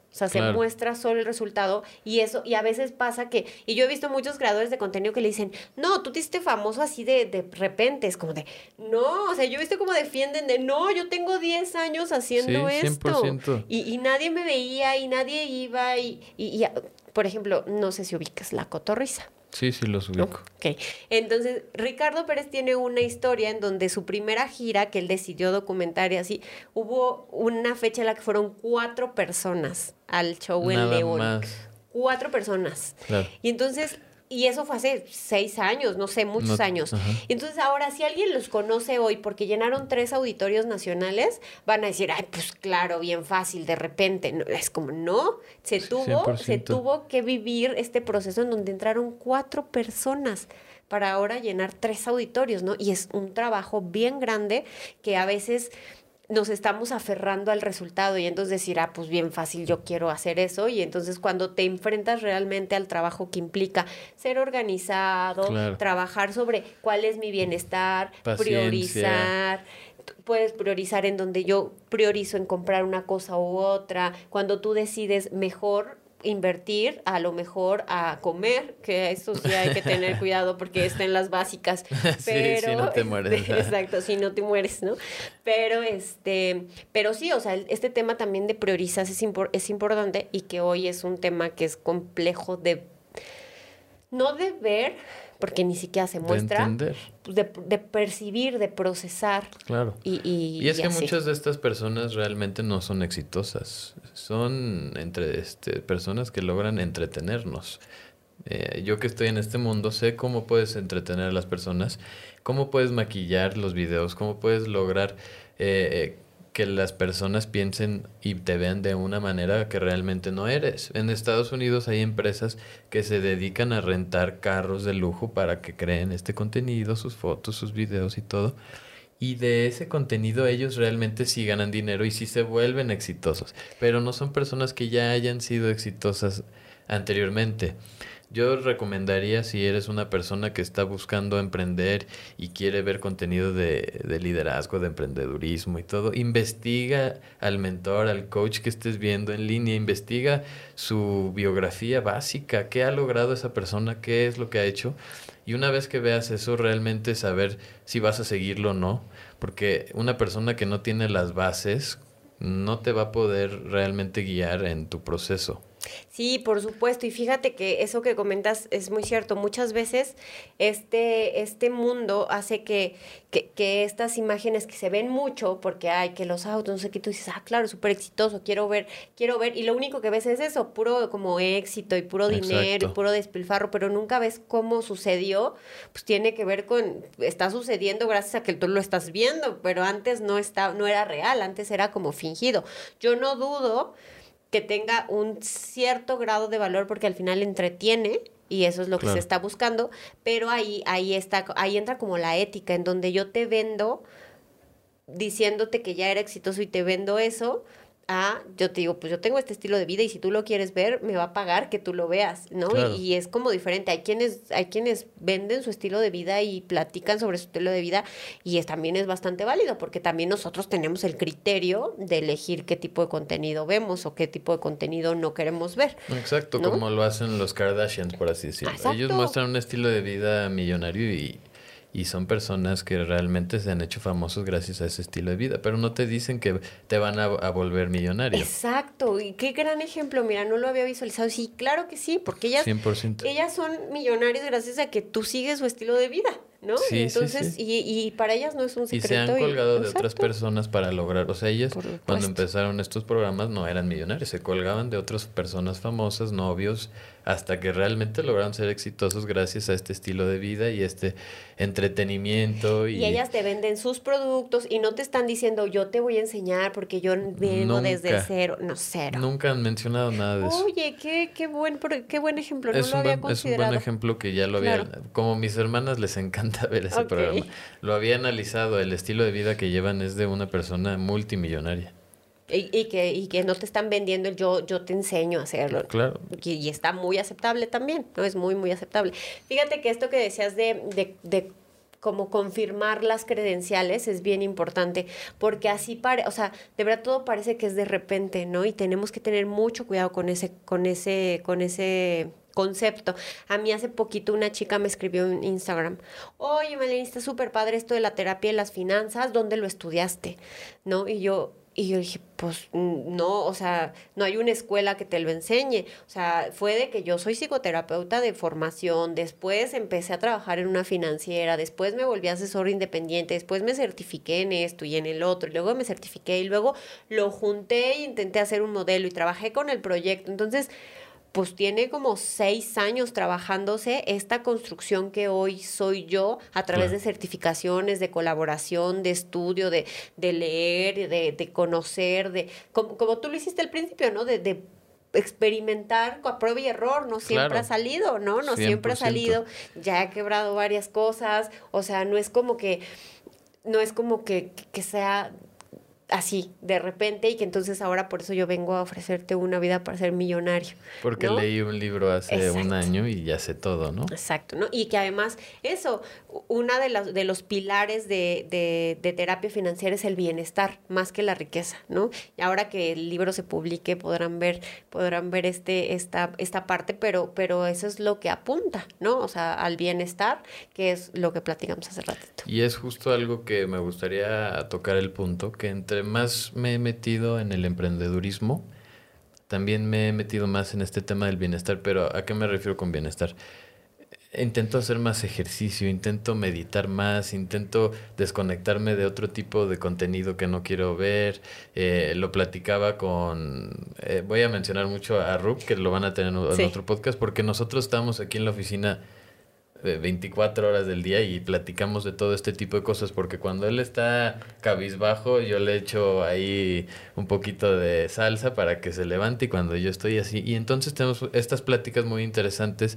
O sea, Claro. se muestra solo el resultado y eso, y a veces pasa que, y yo he visto muchos creadores de contenido que le dicen, no, tú te hiciste famoso así de, de repente, es como de, no, o sea, yo he visto como defienden de, no, yo tengo diez años haciendo Sí, cien por esto ciento. y, y nadie me veía y nadie iba y, y, y, por ejemplo, no sé si ubicas La Cotorrisa. Sí, sí, los ¿No? ubico. Ok, entonces Ricardo Pérez tiene una historia en donde su primera gira que él decidió documentar y así, hubo una fecha en la que fueron cuatro personas al show en Nada León. más. Cuatro personas. Claro. Y entonces, y eso fue hace seis años, no sé, muchos No- años. ajá. Entonces ahora, si alguien los conoce hoy porque llenaron tres auditorios nacionales, van a decir, ay, pues claro, bien fácil, de repente. No, es como, no, se Sí, tuvo, cien por se ciento. tuvo que vivir este proceso en donde entraron cuatro personas para ahora llenar tres auditorios, ¿no? Y es un trabajo bien grande que a veces nos estamos aferrando al resultado y entonces decir, ah, pues bien fácil, yo quiero hacer eso. Y entonces cuando te enfrentas realmente al trabajo que implica ser organizado, Claro. trabajar sobre cuál es mi bienestar, Paciencia. priorizar. Tú puedes priorizar en donde yo priorizo en comprar una cosa u otra. Cuando tú decides mejor invertir, a lo mejor a comer, que eso sí hay que tener cuidado porque está en las básicas. Sí, Pero, sí, no te mueres. este, exacto, si no te mueres, ¿no? Pero este, pero sí, o sea, este tema también de priorizar es, impor- es importante y que hoy es un tema que es complejo de no de ver, porque ni siquiera se De muestra, entender. pues, de, de percibir, de procesar. Claro. Y, y, Y es y que así. muchas de estas personas realmente no son exitosas. Son entre este, personas que logran entretenernos. Eh, yo que estoy en este mundo sé cómo puedes entretener a las personas, cómo puedes maquillar los videos, cómo puedes lograr eh, que las personas piensen y te vean de una manera que realmente no eres. En Estados Unidos hay empresas que se dedican a rentar carros de lujo para que creen este contenido, sus fotos, sus videos y todo. Y de ese contenido ellos realmente sí ganan dinero y sí se vuelven exitosos. Pero no son personas que ya hayan sido exitosas anteriormente. Yo recomendaría, si eres una persona que está buscando emprender y quiere ver contenido de, de liderazgo, de emprendedurismo y todo, investiga al mentor, al coach que estés viendo en línea, investiga su biografía básica, qué ha logrado esa persona, qué es lo que ha hecho. Y una vez que veas eso, realmente saber si vas a seguirlo o no, porque una persona que no tiene las bases no te va a poder realmente guiar en tu proceso. Sí, por supuesto. Y fíjate que eso que comentas es muy cierto. Muchas veces este, este mundo hace que, que, que estas imágenes que se ven mucho, porque hay que los autos, no sé qué, tú dices, ah, claro, súper exitoso, quiero ver, quiero ver. Y lo único que ves es eso, puro como éxito y puro dinero Exacto. y puro despilfarro, pero nunca ves cómo sucedió. Pues tiene que ver con, está sucediendo gracias a que tú lo estás viendo, pero antes no, está, no era real, antes era como fingido. Yo no dudo que tenga un cierto grado de valor porque al final entretiene y eso es lo que Claro. se está buscando, pero ahí, ahí está, ahí entra como la ética, en donde yo te vendo diciéndote que ya era exitoso y te vendo eso, a, yo te digo, pues yo tengo este estilo de vida y si tú lo quieres ver, me va a pagar que tú lo veas, ¿no? Claro. Y, y es como diferente. Hay quienes, hay quienes venden su estilo de vida y platican sobre su estilo de vida y es, también es bastante válido porque también nosotros tenemos el criterio de elegir qué tipo de contenido vemos o qué tipo de contenido no queremos ver. Exacto, ¿no? como lo hacen los Kardashians, por así decirlo. Exacto. Ellos muestran un estilo de vida millonario y, y son personas que realmente se han hecho famosos gracias a ese estilo de vida, pero no te dicen que te van a, a volver millonario. Exacto, y qué gran ejemplo, mira, no lo había visualizado. Sí, claro que sí, porque ellas, cien por ciento. ellas son millonarias gracias a que tú sigues su estilo de vida, ¿no? Sí, sí, Entonces, sí. Y, y para ellas no es un Y secreto. se han colgado de Exacto. otras personas para lograr, o sea, ellas Por supuesto. cuando empezaron estos programas no eran millonarios, se colgaban de otras personas famosas, novios, hasta que realmente lograron ser exitosos gracias a este estilo de vida y este entretenimiento. Y, Y ellas te venden sus productos y no te están diciendo yo te voy a enseñar porque yo vengo Nunca. desde cero, no cero. nunca han mencionado nada de eso. Oye, qué, qué buen pro- qué buen ejemplo, no Es lo un, había buen, es un considerado. buen ejemplo que ya lo había, Claro. como mis hermanas les encanta ver ese Ok. programa, lo había analizado, el estilo de vida que llevan es de una persona multimillonaria. Y, y que, y que no te están vendiendo el yo, yo te enseño a hacerlo. Claro. Y, y está muy aceptable también, ¿no? Es muy, muy aceptable. Fíjate que esto que decías de, de, de como confirmar las credenciales es bien importante, porque así pare, o sea, de verdad todo parece que es de repente, ¿no? Y tenemos que tener mucho cuidado con ese, con ese, con ese concepto. A mí hace poquito una chica me escribió en Instagram: oye, Melanie, está súper padre esto de la terapia y las finanzas, ¿dónde lo estudiaste? ¿No? Y yo, y yo dije, pues no, o sea, no hay una escuela que te lo enseñe. O sea, fue de que yo soy psicoterapeuta de formación, después empecé a trabajar en una financiera, después me volví asesor independiente, después me certifiqué en esto y en el otro, y luego me certifiqué y luego lo junté e intenté hacer un modelo y trabajé con el proyecto. Entonces, pues tiene como seis años trabajándose esta construcción que hoy soy yo a través claro. de certificaciones, de colaboración, de estudio, de, de leer, de, de conocer, de como, como tú lo hiciste al principio, ¿no? De, de experimentar a prueba y error, no siempre claro. ha salido, ¿no? No cien por ciento. Siempre ha salido, ya he quebrado varias cosas, o sea, no es como que, no es como que, que sea así, de repente, y que entonces ahora por eso yo vengo a ofrecerte una vida para ser millonario. Porque ¿no? leí un libro hace Exacto. un año y ya sé todo, ¿no? Exacto, ¿no? Y que además, eso, una de las de los pilares de, de, de terapia financiera es el bienestar, más que la riqueza, ¿no? Y ahora que el libro se publique podrán ver, podrán ver este, esta, esta parte, pero, pero eso es lo que apunta, ¿no? O sea, al bienestar, que es lo que platicamos hace ratito. Y es justo algo que me gustaría tocar el punto, que entre más me he metido en el emprendedurismo, también me he metido más en este tema del bienestar. Pero ¿a qué me refiero con bienestar? Intento hacer más ejercicio, intento meditar más, intento desconectarme de otro tipo de contenido que no quiero ver. Eh, lo platicaba con... Eh, voy a mencionar mucho a Rub, que lo van a tener en sí. otro podcast, porque nosotros estamos aquí en la oficina veinticuatro horas del día y platicamos de todo este tipo de cosas, porque cuando él está cabizbajo yo le echo ahí un poquito de salsa para que se levante, y cuando yo estoy así, y entonces tenemos estas pláticas muy interesantes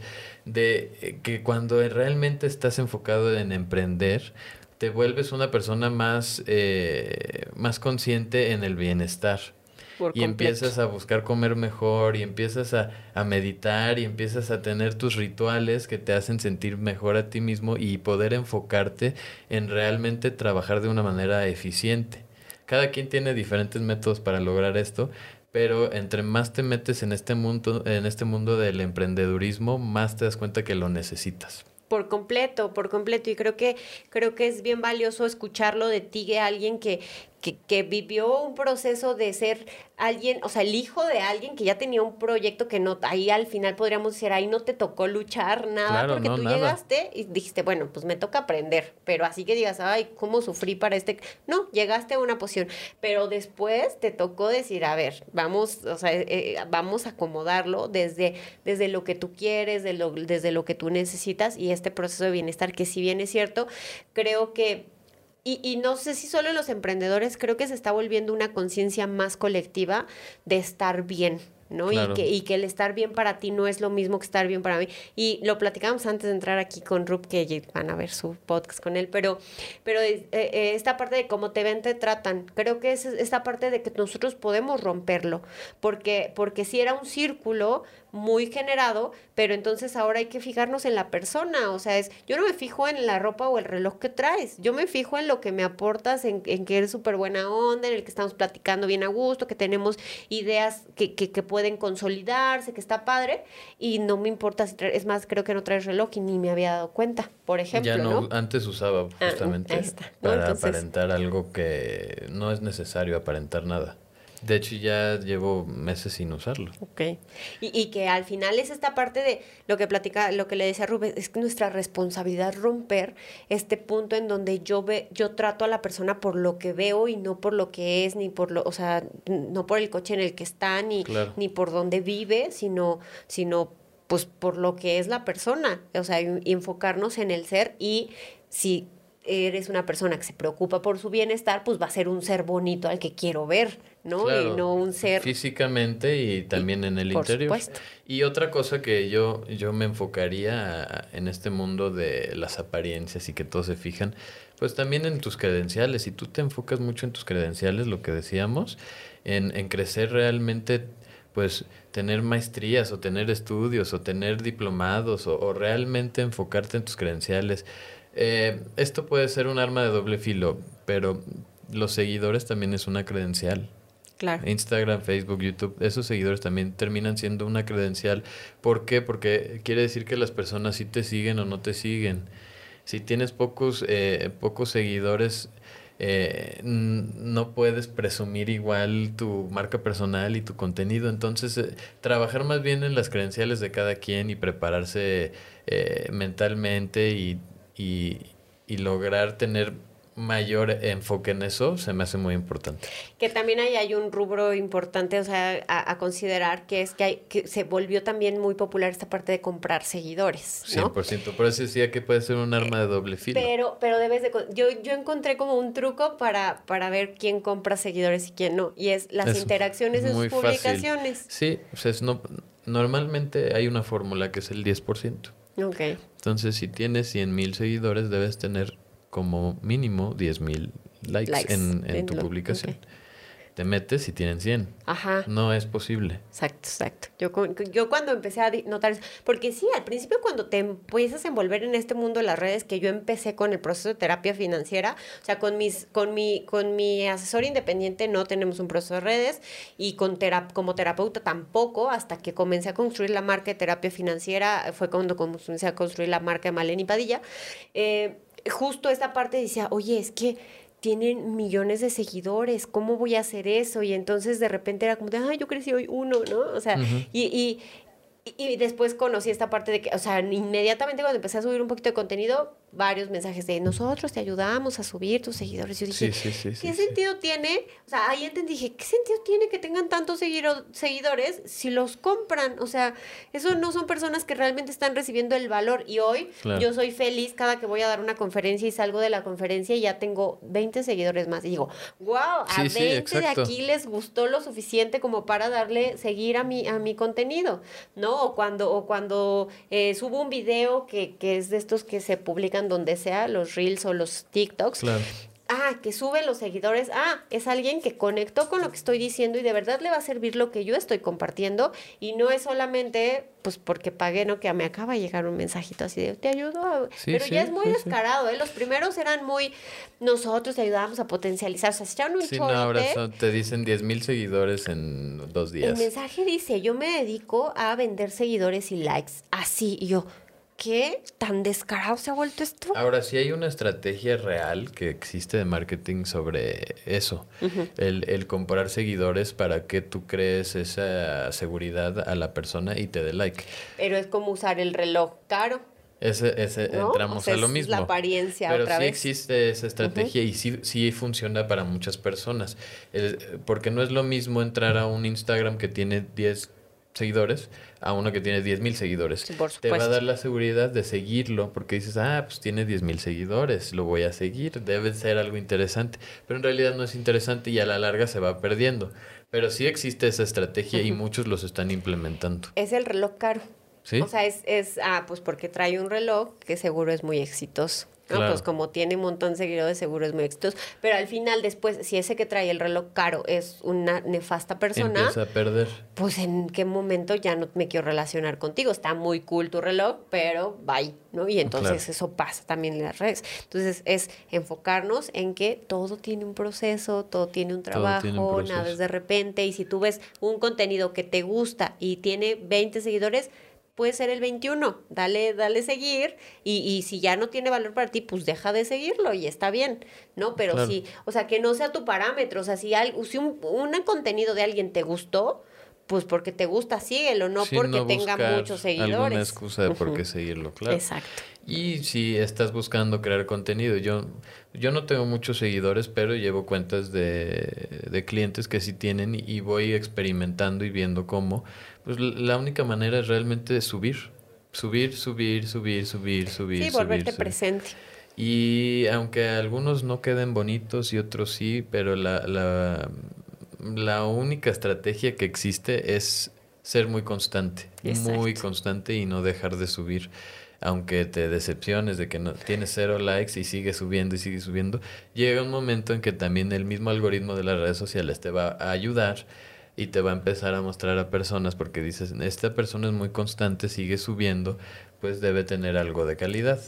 de que cuando realmente estás enfocado en emprender, te vuelves una persona más, eh, más consciente en el bienestar. Por y completo. Empiezas a buscar comer mejor, y empiezas a, a meditar, y empiezas a tener tus rituales que te hacen sentir mejor a ti mismo y poder enfocarte en realmente trabajar de una manera eficiente. Cada quien tiene diferentes métodos para lograr esto, pero entre más te metes en este mundo, en este mundo del emprendedurismo, más te das cuenta que lo necesitas. Por completo, por completo. Y creo que, creo que es bien valioso escucharlo de ti, de alguien que, que, que vivió un proceso de ser alguien, o sea, el hijo de alguien que ya tenía un proyecto que no, ahí al final podríamos decir, ahí no te tocó luchar nada, claro, porque no, tú nada. Llegaste y dijiste, bueno, pues me toca aprender, pero así que digas, ay, cómo sufrí para este, no, llegaste a una posición, pero después te tocó decir, a ver, vamos, o sea, eh, vamos a acomodarlo desde, desde lo que tú quieres, de lo, desde lo que tú necesitas, y este proceso de bienestar, que si bien es cierto, creo que Y, y no sé si solo en los emprendedores, creo que se está volviendo una conciencia más colectiva de estar bien, ¿no? Claro. Y que, y que el estar bien para ti no es lo mismo que estar bien para mí. Y lo platicábamos antes de entrar aquí con Rub, que van a ver su podcast con él, pero, pero eh, eh, esta parte de cómo te ven, te tratan, creo que es esta parte de que nosotros podemos romperlo, porque, porque sí era un círculo muy generado, pero entonces ahora hay que fijarnos en la persona, o sea, es, yo no me fijo en la ropa o el reloj que traes, yo me fijo en lo que me aportas, en, en que eres súper buena onda, en el que estamos platicando bien a gusto, que tenemos ideas que, que, que pueden consolidarse, que está padre, y no me importa si traes, es más, creo que no traes reloj y ni me había dado cuenta, por ejemplo, ya no, ¿no? Antes usaba justamente ah, está, ¿no? para Entonces, aparentar algo que no es necesario aparentar nada. De hecho, ya llevo meses sin usarlo. Ok. Y, y que al final es esta parte de lo que platica, lo que le decía Rubén, es que nuestra responsabilidad romper este punto en donde yo ve, yo trato a la persona por lo que veo y no por lo que es, ni por lo, o sea, no por el coche en el que está, ni, claro. ni por dónde vive, sino, sino pues por lo que es la persona. O sea, y enfocarnos en el ser, y si eres una persona que se preocupa por su bienestar, pues va a ser un ser bonito al que quiero ver, ¿no? Claro, y no un ser físicamente y también y, en el por interior. Supuesto. Y otra cosa que yo, yo me enfocaría en este mundo de las apariencias y que todos se fijan, pues también en tus credenciales. Si tú te enfocas mucho en tus credenciales, lo que decíamos, en, en crecer realmente, pues tener maestrías o tener estudios o tener diplomados o, o realmente enfocarte en tus credenciales, Eh, esto puede ser un arma de doble filo, pero los seguidores también es una credencial. Claro. Instagram, Facebook, YouTube, esos seguidores también terminan siendo una credencial. ¿Por qué? Porque quiere decir que las personas sí te siguen o no te siguen. Si tienes pocos, eh, pocos seguidores, eh, no puedes presumir igual tu marca personal y tu contenido. Entonces, eh, trabajar más bien en las credenciales de cada quien y prepararse eh, mentalmente y, y, y lograr tener mayor enfoque en eso se me hace muy importante. Que también ahí hay un rubro importante, o sea, a, a considerar, que es que, hay, que se volvió también muy popular esta parte de comprar seguidores, ¿no? cien por ciento, por eso decía que puede ser un arma de doble filo. Pero, pero debes de... Yo, yo encontré como un truco para, para ver quién compra seguidores y quién no, y es las es interacciones en sus publicaciones. Fácil. Sí, o sea, es no, normalmente hay una fórmula que es el diez por ciento. Ok. Entonces, si tienes cien mil seguidores, debes tener como mínimo diez mil likes, likes en, en, en tu lo, publicación. Okay. Te metes y tienen cien. Ajá. No es posible. Exacto, exacto. Yo, yo cuando empecé a notar eso, porque sí, al principio cuando te empiezas a envolver en este mundo de las redes, que yo empecé con el proceso de terapia financiera, o sea, con mis, con mi, con mi asesor independiente no tenemos un proceso de redes, y con terap como terapeuta tampoco, hasta que comencé a construir la marca de terapia financiera, fue cuando comencé a construir la marca de Maleni Padilla. Eh, justo esta parte decía, oye, es que tienen millones de seguidores, ¿cómo voy a hacer eso? Y entonces de repente era como de, ay, yo crecí hoy uno, ¿no? O sea, uh-huh. y, y, y después conocí esta parte de que, o sea, inmediatamente cuando empecé a subir un poquito de contenido, varios mensajes de, nosotros te ayudamos a subir tus seguidores. Yo dije, sí, sí, sí, ¿qué sí, sentido sí. tiene? O sea, ahí entendí, dije, ¿qué sentido tiene que tengan tantos seguido, seguidores si los compran? O sea, eso no son personas que realmente están recibiendo el valor. Y hoy claro. yo soy feliz cada que voy a dar una conferencia y salgo de la conferencia y ya tengo veinte seguidores más. Y digo, wow, a sí, veinte sí, de aquí les gustó lo suficiente como para darle, seguir a mi, a mi contenido, ¿no? O cuando, o cuando eh, subo un video que, que es de estos que se publican donde sea, los Reels o los TikToks. Claro. Ah, que sube los seguidores. Ah, es alguien que conectó con lo que estoy diciendo y de verdad le va a servir lo que yo estoy compartiendo. Y no es solamente, pues, porque pagué, ¿no? Que me acaba de llegar un mensajito así de, te ayudo. Sí, Pero sí, ya es muy sí, descarado, sí. ¿eh? Los primeros eran muy, nosotros te ayudábamos a potencializar. O sea, se echaron un sí, chorite. No, ahora son, te dicen diez mil seguidores en dos días. El mensaje dice, yo me dedico a vender seguidores y likes. Así, y yo... ¿Qué tan descarado se ha vuelto esto? Ahora, sí hay una estrategia real que existe de marketing sobre eso. Uh-huh. El, el comprar seguidores para que tú crees esa seguridad a la persona y te dé like. Pero es como usar el reloj caro. Ese, ese ¿no? Entramos o sea, a lo mismo. Es la apariencia Pero otra sí vez. existe esa estrategia uh-huh. y sí, sí funciona para muchas personas. El, porque no es lo mismo entrar a un Instagram que tiene diez seguidores a uno que tiene diez mil seguidores. Sí, por te va a dar la seguridad de seguirlo porque dices, ah, pues tiene diez mil seguidores, lo voy a seguir, debe ser algo interesante. Pero en realidad no es interesante y a la larga se va perdiendo. Pero sí existe esa estrategia uh-huh. y muchos los están implementando. Es el reloj caro. ¿Sí? O sea, es, es, ah, pues porque trae un reloj que seguro es muy exitoso. No, claro. Pues como tiene un montón de seguidores, seguro es muy exitoso. Pero al final, después, si ese que trae el reloj caro es una nefasta persona... Empieza a perder. Pues en qué momento ya no me quiero relacionar contigo. Está muy cool tu reloj, pero bye, ¿no? Y entonces claro. eso pasa también en las redes. Entonces es enfocarnos en que todo tiene un proceso, todo tiene un trabajo, tiene un proceso. Nada es de repente. Y si tú ves un contenido que te gusta y tiene veinte seguidores... puede ser el veintiuno, dale, dale seguir, y, y si ya no tiene valor para ti, pues deja de seguirlo y está bien, ¿no? Pero claro. sí, o sea, que no sea tu parámetro, o sea, si, hay, si un, un contenido de alguien te gustó, pues porque te gusta, síguelo, no sí, porque no tenga muchos seguidores. Alguna excusa de uh-huh. por qué seguirlo, claro. Exacto. Y si estás buscando crear contenido, yo, yo no tengo muchos seguidores, pero llevo cuentas de, de clientes que sí tienen y voy experimentando y viendo cómo. Pues la única manera es realmente subir, subir, subir, subir, subir, subir. Sí, volverte subir, presente. Subir. Y aunque algunos no queden bonitos y otros sí, pero la, la, la única estrategia que existe es ser muy constante, Exacto. muy constante y no dejar de subir. Aunque te decepciones de que no tienes cero likes y sigue subiendo y sigue subiendo, llega un momento en que también el mismo algoritmo de las redes sociales te va a ayudar y te va a empezar a mostrar a personas porque dices, esta persona es muy constante, sigue subiendo, pues debe tener algo de calidad.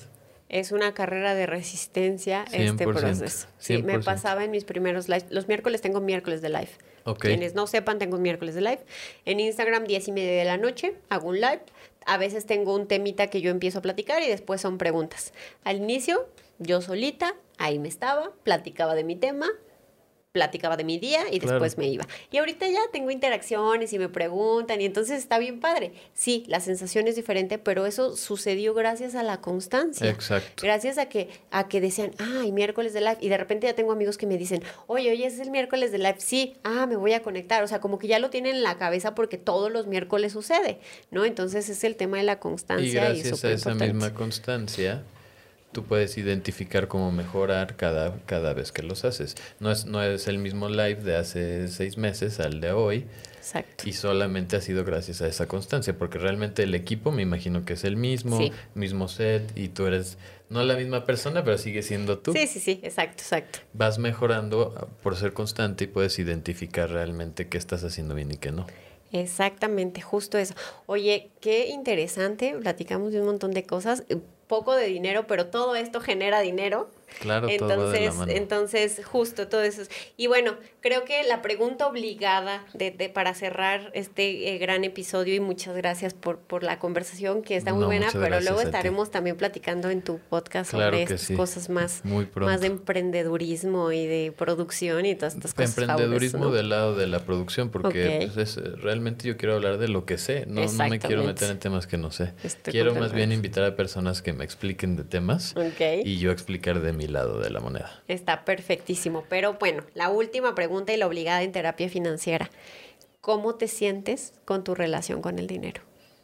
Es una carrera de resistencia cien por ciento, este proceso. Sí, me pasaba en mis primeros lives. Los miércoles tengo miércoles de live. Okay. Quienes no sepan, tengo un miércoles de live. En Instagram, diez y media de la noche, hago un live. A veces tengo un temita que yo empiezo a platicar y después son preguntas. Al inicio, yo solita, ahí me estaba, platicaba de mi tema, platicaba de mi día y después Claro. me iba. Y ahorita ya tengo interacciones y me preguntan y entonces está bien padre. Sí, la sensación es diferente, pero eso sucedió gracias a la constancia. Exacto. Gracias a que, a que decían, ay, miércoles de live. Y de repente ya tengo amigos que me dicen, oye, oye, es el miércoles de live. Sí, ah, me voy a conectar. O sea, como que ya lo tienen en la cabeza porque todos los miércoles sucede, ¿no? Entonces es el tema de la constancia. Y Y gracias a esa misma constancia, tú puedes identificar cómo mejorar cada, cada vez que los haces. No es, no es el mismo live de hace seis meses al de hoy. Exacto. Y solamente ha sido gracias a esa constancia, porque realmente el equipo me imagino que es el mismo, Sí. mismo set, y tú eres no la misma persona, pero sigue siendo tú. Sí, sí, sí, exacto, exacto. Vas mejorando por ser constante y puedes identificar realmente qué estás haciendo bien y qué no. Exactamente, justo eso. Oye, qué interesante, platicamos de un montón de cosas, poco de dinero, pero todo esto genera dinero. Claro, todo va de la Entonces, mano. entonces, justo todo eso. Y bueno, creo que la pregunta obligada de, de para cerrar este eh, gran episodio, y muchas gracias por, por la conversación, que está muy No, buena, muchas pero gracias luego a ti. estaremos también platicando en tu podcast Claro sobre que estas sí. cosas más, Muy pronto. más de emprendedurismo y de producción y todas estas cosas. Emprendedurismo fabulosas, ¿no? del lado de la producción, porque Ok. pues, es, realmente yo quiero hablar de lo que sé, no, no me quiero Exactamente. meter en temas que no sé. Estoy Quiero más completamente. bien invitar a personas que me expliquen de temas Ok. y yo explicar de mi lado de la moneda. Está perfectísimo. Pero bueno, la última pregunta y la obligada en terapia financiera. ¿Cómo te sientes con tu relación con el dinero?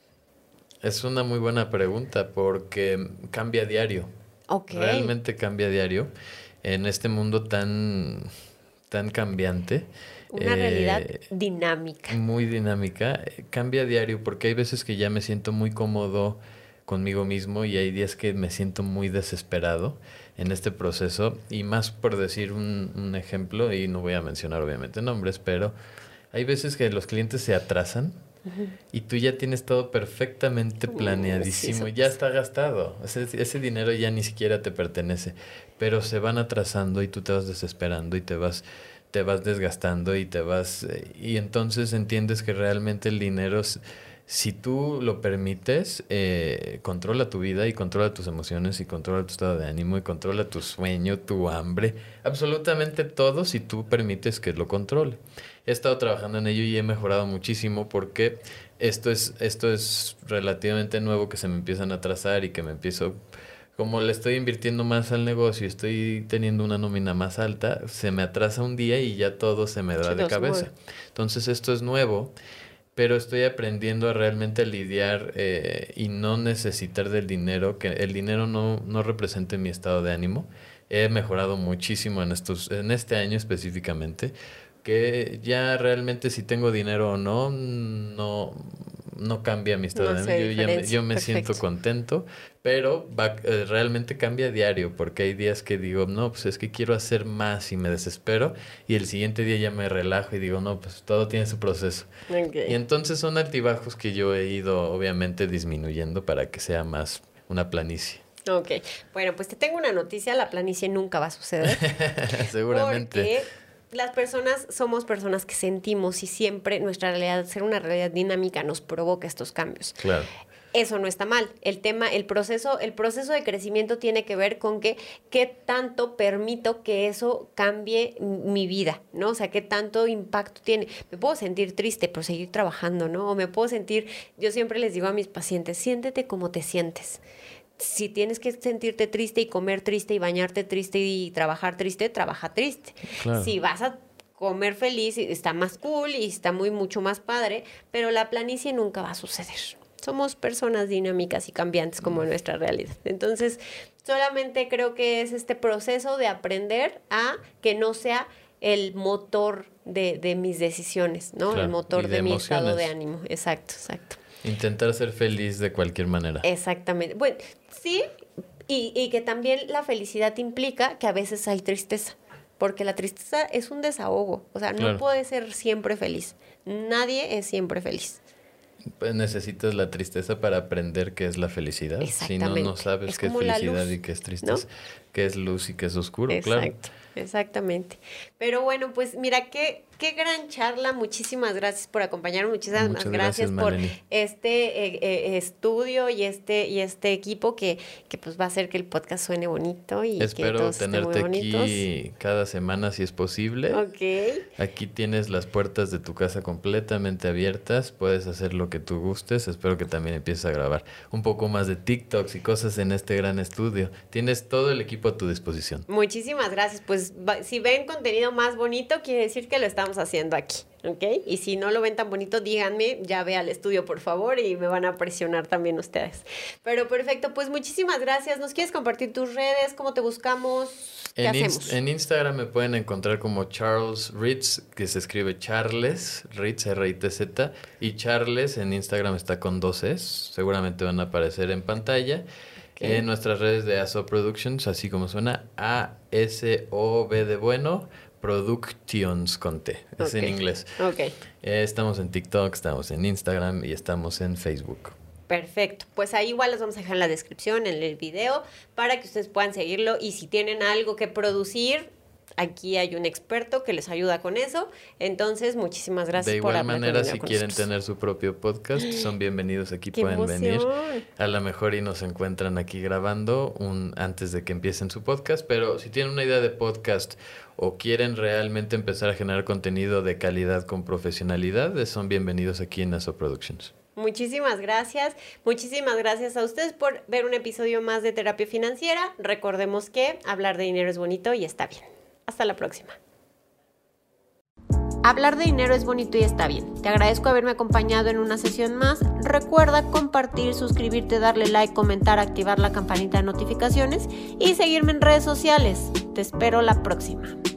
Es una muy buena pregunta porque cambia a diario. Ok. Realmente cambia a diario en este mundo tan, tan cambiante. Una eh, realidad dinámica. Muy dinámica. eh, Cambia a diario porque hay veces que ya me siento muy cómodo conmigo mismo y hay días que me siento muy desesperado en este proceso. Y más por decir un, un ejemplo, y no voy a mencionar obviamente nombres, pero hay veces que los clientes se atrasan. Uh-huh. Y tú ya tienes todo perfectamente planeadísimo, uh, sí, ya está gastado. Ese, ese dinero ya ni siquiera te pertenece, pero se van atrasando y tú te vas desesperando y te vas, te vas desgastando y te vas... Y entonces entiendes que realmente el dinero, si tú lo permites, eh, controla tu vida y controla tus emociones y controla tu estado de ánimo y controla tu sueño, tu hambre, absolutamente todo si tú permites que lo controle. He estado trabajando en ello y he mejorado muchísimo porque esto es, esto es relativamente nuevo, que se me empiezan a atrasar y que me empiezo... Como le estoy invirtiendo más al negocio y estoy teniendo una nómina más alta, se me atrasa un día y ya todo se me da sí, de cabeza. Mueve. Entonces esto es nuevo, pero estoy aprendiendo a realmente lidiar eh, y no necesitar del dinero, que el dinero no, no represente mi estado de ánimo. He mejorado muchísimo en, estos, en este año específicamente, que ya realmente si tengo dinero o no, no, no cambia mi estado no de ánimo. Yo, ya me, yo me siento contento, pero va, eh, realmente cambia a diario, porque hay días que digo, no, pues es que quiero hacer más y me desespero, y el siguiente día ya me relajo y digo, no, pues todo tiene su proceso. Okay. Y entonces son altibajos que yo he ido obviamente disminuyendo para que sea más una planicie. Ok, bueno, pues te tengo una noticia, la planicie nunca va a suceder. Seguramente. Porque las personas somos personas que sentimos y siempre nuestra realidad, ser una realidad dinámica, nos provoca estos cambios. Claro. Eso no está mal. El tema, el proceso, el proceso de crecimiento tiene que ver con que qué tanto permito que eso cambie mi vida, ¿no? O sea, qué tanto impacto tiene. Me puedo sentir triste por seguir trabajando, ¿no? O me puedo sentir, yo siempre les digo a mis pacientes, siéntete como te sientes. Si tienes que sentirte triste y comer triste y bañarte triste y trabajar triste, trabaja triste. Claro. Si vas a comer feliz, está más cool y está muy mucho más padre, pero la planicie nunca va a suceder. Somos personas dinámicas y cambiantes como nuestra realidad. Entonces, solamente creo que es este proceso de aprender a que no sea el motor de, de mis decisiones, ¿no? Claro. El motor de, de mi estado de ánimo. Exacto, exacto. Intentar ser feliz de cualquier manera. Exactamente. Bueno, sí, y, y que también la felicidad implica que a veces hay tristeza, porque la tristeza es un desahogo. O sea, claro. No puedes ser siempre feliz. Nadie es siempre feliz. Pues necesitas la tristeza para aprender qué es la felicidad. Si no, no sabes es qué es felicidad y qué es tristeza, ¿no? Qué es luz y qué es oscuro, Exacto, claro. Exactamente. Pero bueno, pues mira, qué, qué gran charla. Muchísimas gracias por acompañarnos. Muchísimas Muchas gracias, gracias por Maleni. este eh, eh, estudio y este y este equipo que, que pues va a hacer que el podcast suene bonito y espero que todos tenerte estén muy aquí bonitos. cada semana si es posible. Ok. Aquí tienes las puertas de tu casa completamente abiertas. Puedes hacer lo que tú gustes. Espero que también empieces a grabar un poco más de TikToks y cosas en este gran estudio. Tienes todo el equipo a tu disposición. Muchísimas gracias. Pues si ven contenido más bonito, quiere decir que lo estamos haciendo aquí, ¿ok? Y si no lo ven tan bonito, díganme, ya ve al estudio, por favor, y me van a presionar también ustedes. Pero perfecto, pues muchísimas gracias. ¿Nos quieres compartir tus redes? ¿Cómo te buscamos? ¿Qué en hacemos? Inst- en Instagram me pueden encontrar como Charles Ritz, que se escribe Charles Ritz, R I T Z, y Charles en Instagram está con dos Es, seguramente van a aparecer en pantalla. Okay. En nuestras redes de Aso Productions, así como suena, A S O B de bueno, Productions con T, es okay. en inglés. Okay. Eh, estamos en TikTok, estamos en Instagram y estamos en Facebook. Perfecto, pues ahí igual los vamos a dejar en la descripción, en el video, para que ustedes puedan seguirlo y si tienen algo que producir, aquí hay un experto que les ayuda con eso. Entonces, muchísimas gracias por hablar. De igual manera, si quieren nosotros. tener su propio podcast, son bienvenidos aquí, pueden emoción. venir. A lo mejor y nos encuentran aquí grabando un, antes de que empiecen su podcast, pero si tienen una idea de podcast o quieren realmente empezar a generar contenido de calidad con profesionalidad, son bienvenidos aquí en Aso Productions. Muchísimas gracias, muchísimas gracias a ustedes por ver un episodio más de Terapia Financiera. Recordemos que hablar de dinero es bonito y está bien. Hasta la próxima. Hablar de dinero es bonito y está bien. Te agradezco haberme acompañado en una sesión más. Recuerda compartir, suscribirte, darle like, comentar, activar la campanita de notificaciones y seguirme en redes sociales. Te espero la próxima.